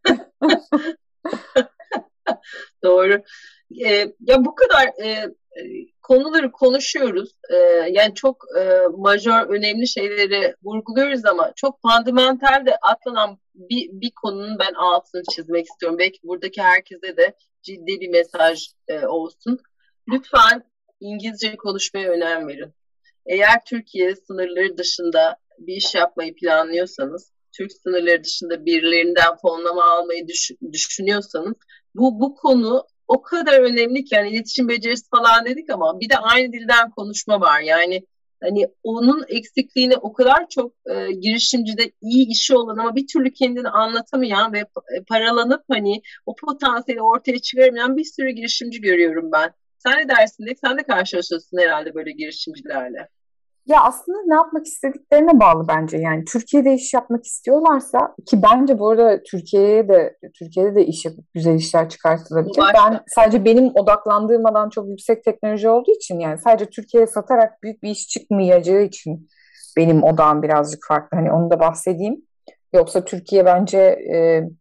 Doğru. Ee, ya bu kadar e, konuları konuşuyoruz. Ee, yani çok e, majör, önemli şeyleri vurguluyoruz ama çok fundamental de atlanan bir, bir konunun ben altını çizmek istiyorum. Belki buradaki herkese de ciddi bir mesaj e, olsun. Lütfen İngilizce konuşmaya önem verin. Eğer Türkiye sınırları dışında bir iş yapmayı planlıyorsanız, Türk sınırları dışında birilerinden fonlama almayı düş- düşünüyorsanız bu bu konu o kadar önemli ki, yani iletişim becerisi falan dedik ama bir de aynı dilden konuşma var. Yani hani onun eksikliğini o kadar çok e, girişimcide iyi işi olan ama bir türlü kendini anlatamayan ve paralanıp hani o potansiyeli ortaya çıkaramayan bir sürü girişimci görüyorum ben. Sen ne dersin Dilek? Sen de karşılaşıyorsun herhalde böyle girişimcilerle. Ya aslında ne yapmak istediklerine bağlı bence. Yani Türkiye'de iş yapmak istiyorlarsa, ki bence bu arada Türkiye'ye de Türkiye'de de iş yapıp güzel işler çıkartılabilir. Ben sadece benim odaklandığım alan çok yüksek teknoloji olduğu için, yani sadece Türkiye'ye satarak büyük bir iş çıkmayacağı için benim odağım birazcık farklı. Hani onu da bahsedeyim. Yoksa Türkiye bence e,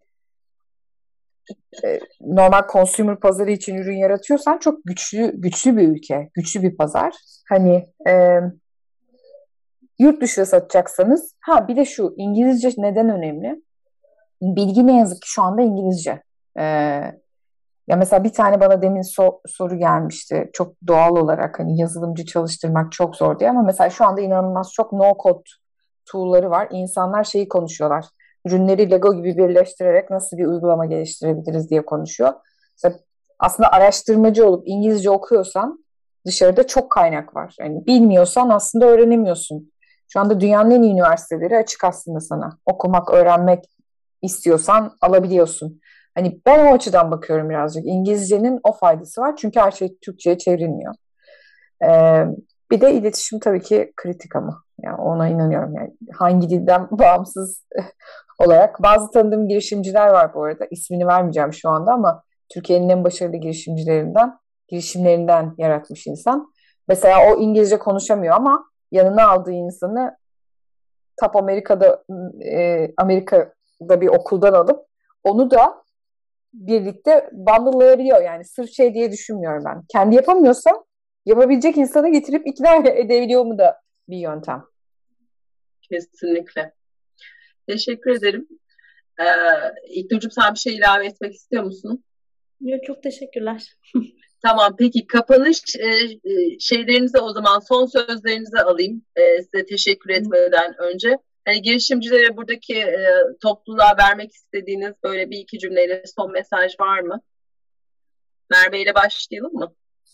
e, normal consumer pazarı için ürün yaratıyorsan çok güçlü güçlü bir ülke, güçlü bir pazar. Hani e, yurt dışına satacaksanız, ha bir de şu İngilizce neden önemli? Bilgi ne yazık ki şu anda İngilizce. Ee, ya mesela bir tane bana demin so- soru gelmişti. Çok doğal olarak hani yazılımcı çalıştırmak çok zor diye, ama mesela şu anda inanılmaz çok no-code tool'ları var. İnsanlar şeyi konuşuyorlar. Ürünleri Lego gibi birleştirerek nasıl bir uygulama geliştirebiliriz diye konuşuyor. Mesela aslında araştırmacı olup İngilizce okuyorsan dışarıda çok kaynak var. Yani bilmiyorsan aslında öğrenemiyorsun. Şu anda dünyanın en iyi üniversiteleri açık aslında sana. Okumak, öğrenmek istiyorsan alabiliyorsun. Hani ben o açıdan bakıyorum birazcık. İngilizcenin o faydası var. Çünkü her şey Türkçe'ye çevrilmiyor. Ee, bir de iletişim tabii ki kritik ama. Yani ona inanıyorum. Yani hangi dilden bağımsız olarak. Bazı tanıdığım girişimciler var bu arada. İsmini vermeyeceğim şu anda ama Türkiye'nin en başarılı girişimcilerinden, girişimlerinden yaratmış insan. Mesela o İngilizce konuşamıyor ama yanına aldığı insanı Top Amerika'da e, Amerika'da bir okuldan alıp onu da birlikte bundle'layabiliyor. Yani sırf şey diye düşünmüyorum ben. Kendi yapamıyorsa yapabilecek insanı getirip ikna edebiliyor mu da bir yöntem. Kesinlikle. Teşekkür ederim. Ee, İlknur'cum sen bir şey ilave etmek istiyor musun? Yok, çok teşekkürler. Tamam, peki kapanış e, şeylerinize o zaman son sözlerinizi alayım e, size teşekkür etmeden önce. Hani girişimcilere buradaki e, topluluğa vermek istediğiniz böyle bir iki cümleyle son mesaj var mı? Merve ile başlayalım mı?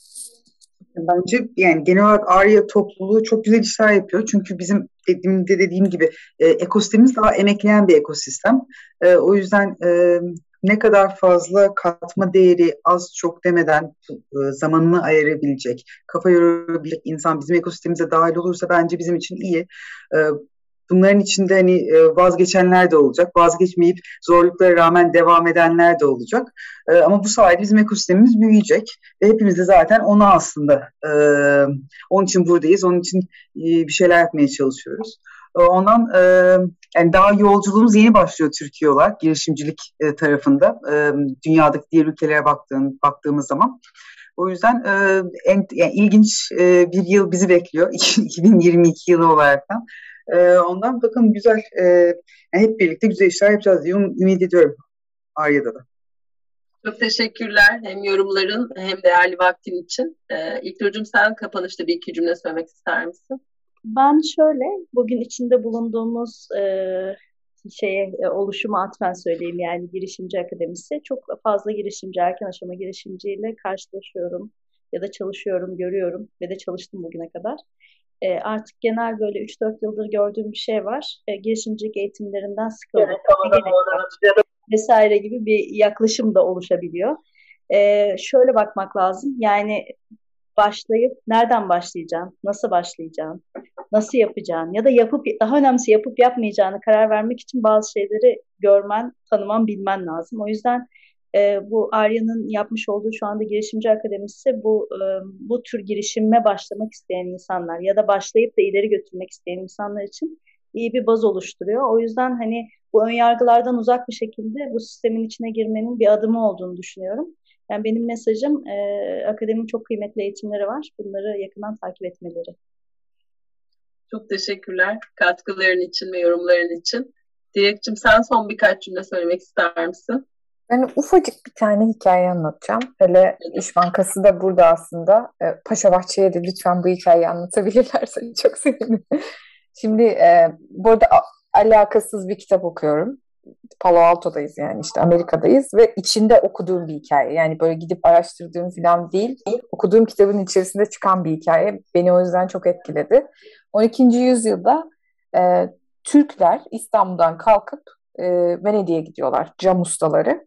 Bence yani genel olarak Arya topluluğu çok güzel işler yapıyor. Çünkü bizim dediğim, de dediğim gibi e, ekosistemimiz daha emekleyen bir ekosistem. E, o yüzden e, ne kadar fazla katma değeri az çok demeden e, zamanını ayırabilecek, kafa yorabilecek insan bizim ekosistemimize dahil olursa bence bizim için iyi. E, Bunların içinde hani e, vazgeçenler de olacak, vazgeçmeyip zorluklara rağmen devam edenler de olacak. E, ama bu sayede bizim ekosistemimiz büyüyecek ve hepimiz de zaten ona aslında e, onun için buradayız, onun için e, bir şeyler yapmaya çalışıyoruz. E, ondan e, yani daha yolculuğumuz yeni başlıyor Türkiye olarak girişimcilik e, tarafında. E, dünyadaki diğer ülkelere baktığın, baktığımız zaman. O yüzden e, en, yani ilginç e, bir yıl bizi bekliyor iki bin yirmi iki yılı olaraktan. Ee, ondan bakın güzel, e, yani hep birlikte güzel işler yapacağız diye um- ümit ediyorum Arya'da da. Çok teşekkürler hem yorumların hem değerli vaktin için. Ee, İlknur'cum sen kapanışta bir iki cümle söylemek ister misin? Ben şöyle, bugün içinde bulunduğumuz e, şeye e, oluşuma atfen söyleyeyim, yani girişimci akademisi. Çok fazla girişimci, erken aşama girişimciyle karşılaşıyorum ya da çalışıyorum, görüyorum ve de çalıştım bugüne kadar. E, artık genel böyle üç dört yıldır gördüğüm bir şey var. E, girişimcilik eğitimlerinden sıkıldım. Evet, vesaire gibi bir yaklaşım da oluşabiliyor. E, şöyle bakmak lazım. Yani başlayıp nereden başlayacağım, nasıl başlayacağım, nasıl yapacağım ya da yapıp, daha önemlisi yapıp yapmayacağını karar vermek için bazı şeyleri görmen, tanıman, bilmen lazım. O yüzden e, bu Arya'nın yapmış olduğu şu anda girişimci akademisi bu e, bu tür girişime başlamak isteyen insanlar ya da başlayıp da ileri götürmek isteyen insanlar için iyi bir baz oluşturuyor. O yüzden hani bu önyargılardan uzak bir şekilde bu sistemin içine girmenin bir adımı olduğunu düşünüyorum. Yani benim mesajım e, akademinin çok kıymetli eğitimleri var. Bunları yakından takip etmeleri. Çok teşekkürler katkıların için ve yorumların için. Dilekçim sen son birkaç cümle söylemek ister misin? Ben ufacık bir tane hikaye anlatacağım. Hele İş Bankası da burada aslında. E, Paşa Bahçe'ye de lütfen bu hikayeyi anlatabilirlerse çok sevinirim. Şimdi e, bu arada a- alakasız bir kitap okuyorum. Palo Alto'dayız, yani işte Amerika'dayız ve içinde okuduğum bir hikaye. Yani böyle gidip araştırdığım falan değil. Okuduğum kitabın içerisinde çıkan bir hikaye. Beni o yüzden çok etkiledi. on ikinci yüzyılda e, Türkler İstanbul'dan kalkıp e, Venedik'e gidiyorlar. Cam ustaları.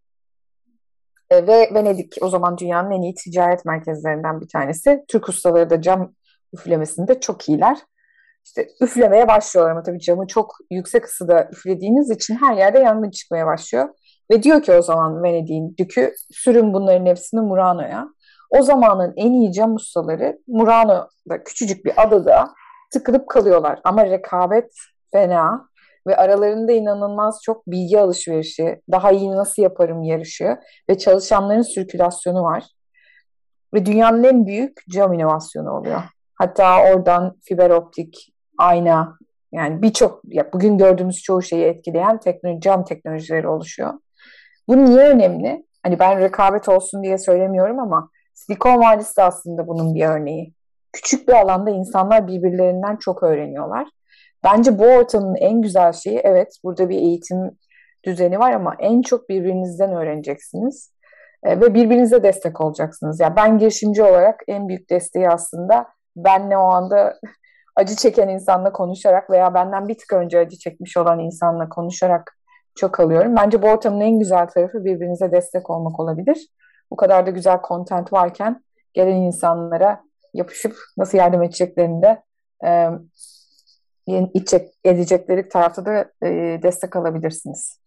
E, ve Venedik o zaman dünyanın en iyi ticaret merkezlerinden bir tanesi. Türk ustaları da cam üflemesinde çok iyiler. İşte üflemeye başlıyorlar ama tabii camı çok yüksek ısıda üflediğiniz için her yerde yangın çıkmaya başlıyor. Ve diyor ki o zaman Venedik'in dükü, sürün bunların hepsini Murano'ya. O zamanın en iyi cam ustaları Murano'da, küçücük bir adada tıkılıp kalıyorlar. Ama rekabet fena ve aralarında inanılmaz çok bilgi alışverişi, daha iyi nasıl yaparım yarışı ve çalışanların sirkülasyonu var. Ve dünyanın en büyük cam inovasyonu oluyor. Hatta oradan fiber optik, ayna, yani birçok ya bugün gördüğümüz çoğu şeyi etkileyen teknoloji, cam teknolojileri oluşuyor. Bu niye önemli? Hani ben rekabet olsun diye söylemiyorum ama Silikon Vadisi de aslında bunun bir örneği. Küçük bir alanda insanlar birbirlerinden çok öğreniyorlar. Bence bu ortamın en güzel şeyi, evet burada bir eğitim düzeni var ama en çok birbirinizden öğreneceksiniz. E, ve birbirinize destek olacaksınız. Yani ben girişimci olarak en büyük desteği aslında benle o anda acı çeken insanla konuşarak veya benden bir tık önce acı çekmiş olan insanla konuşarak çok alıyorum. Bence bu ortamın en güzel tarafı birbirinize destek olmak olabilir. Bu kadar da güzel content varken gelen insanlara yapışıp nasıl yardım edeceklerini de e, içecek, edecekleri tarafta da e, destek alabilirsiniz.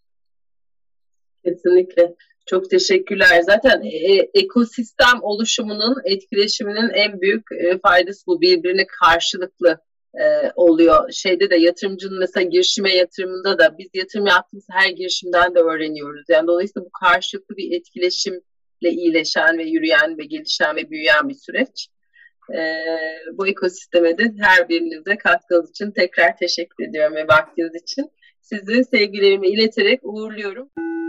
Kesinlikle. Çok teşekkürler. Zaten e, ekosistem oluşumunun, etkileşiminin en büyük e, faydası bu. Birbirine karşılıklı e, oluyor. Şeyde de yatırımcının mesela girişime yatırımında da biz yatırım yaptığımız her girişimden de öğreniyoruz. Yani dolayısıyla bu karşılıklı bir etkileşimle iyileşen ve yürüyen ve gelişen ve büyüyen bir süreç. E, bu ekosisteme de her birinize katkınız için tekrar teşekkür ediyorum ve vaktiniz için. Sizi sevgilerimi ileterek uğurluyorum.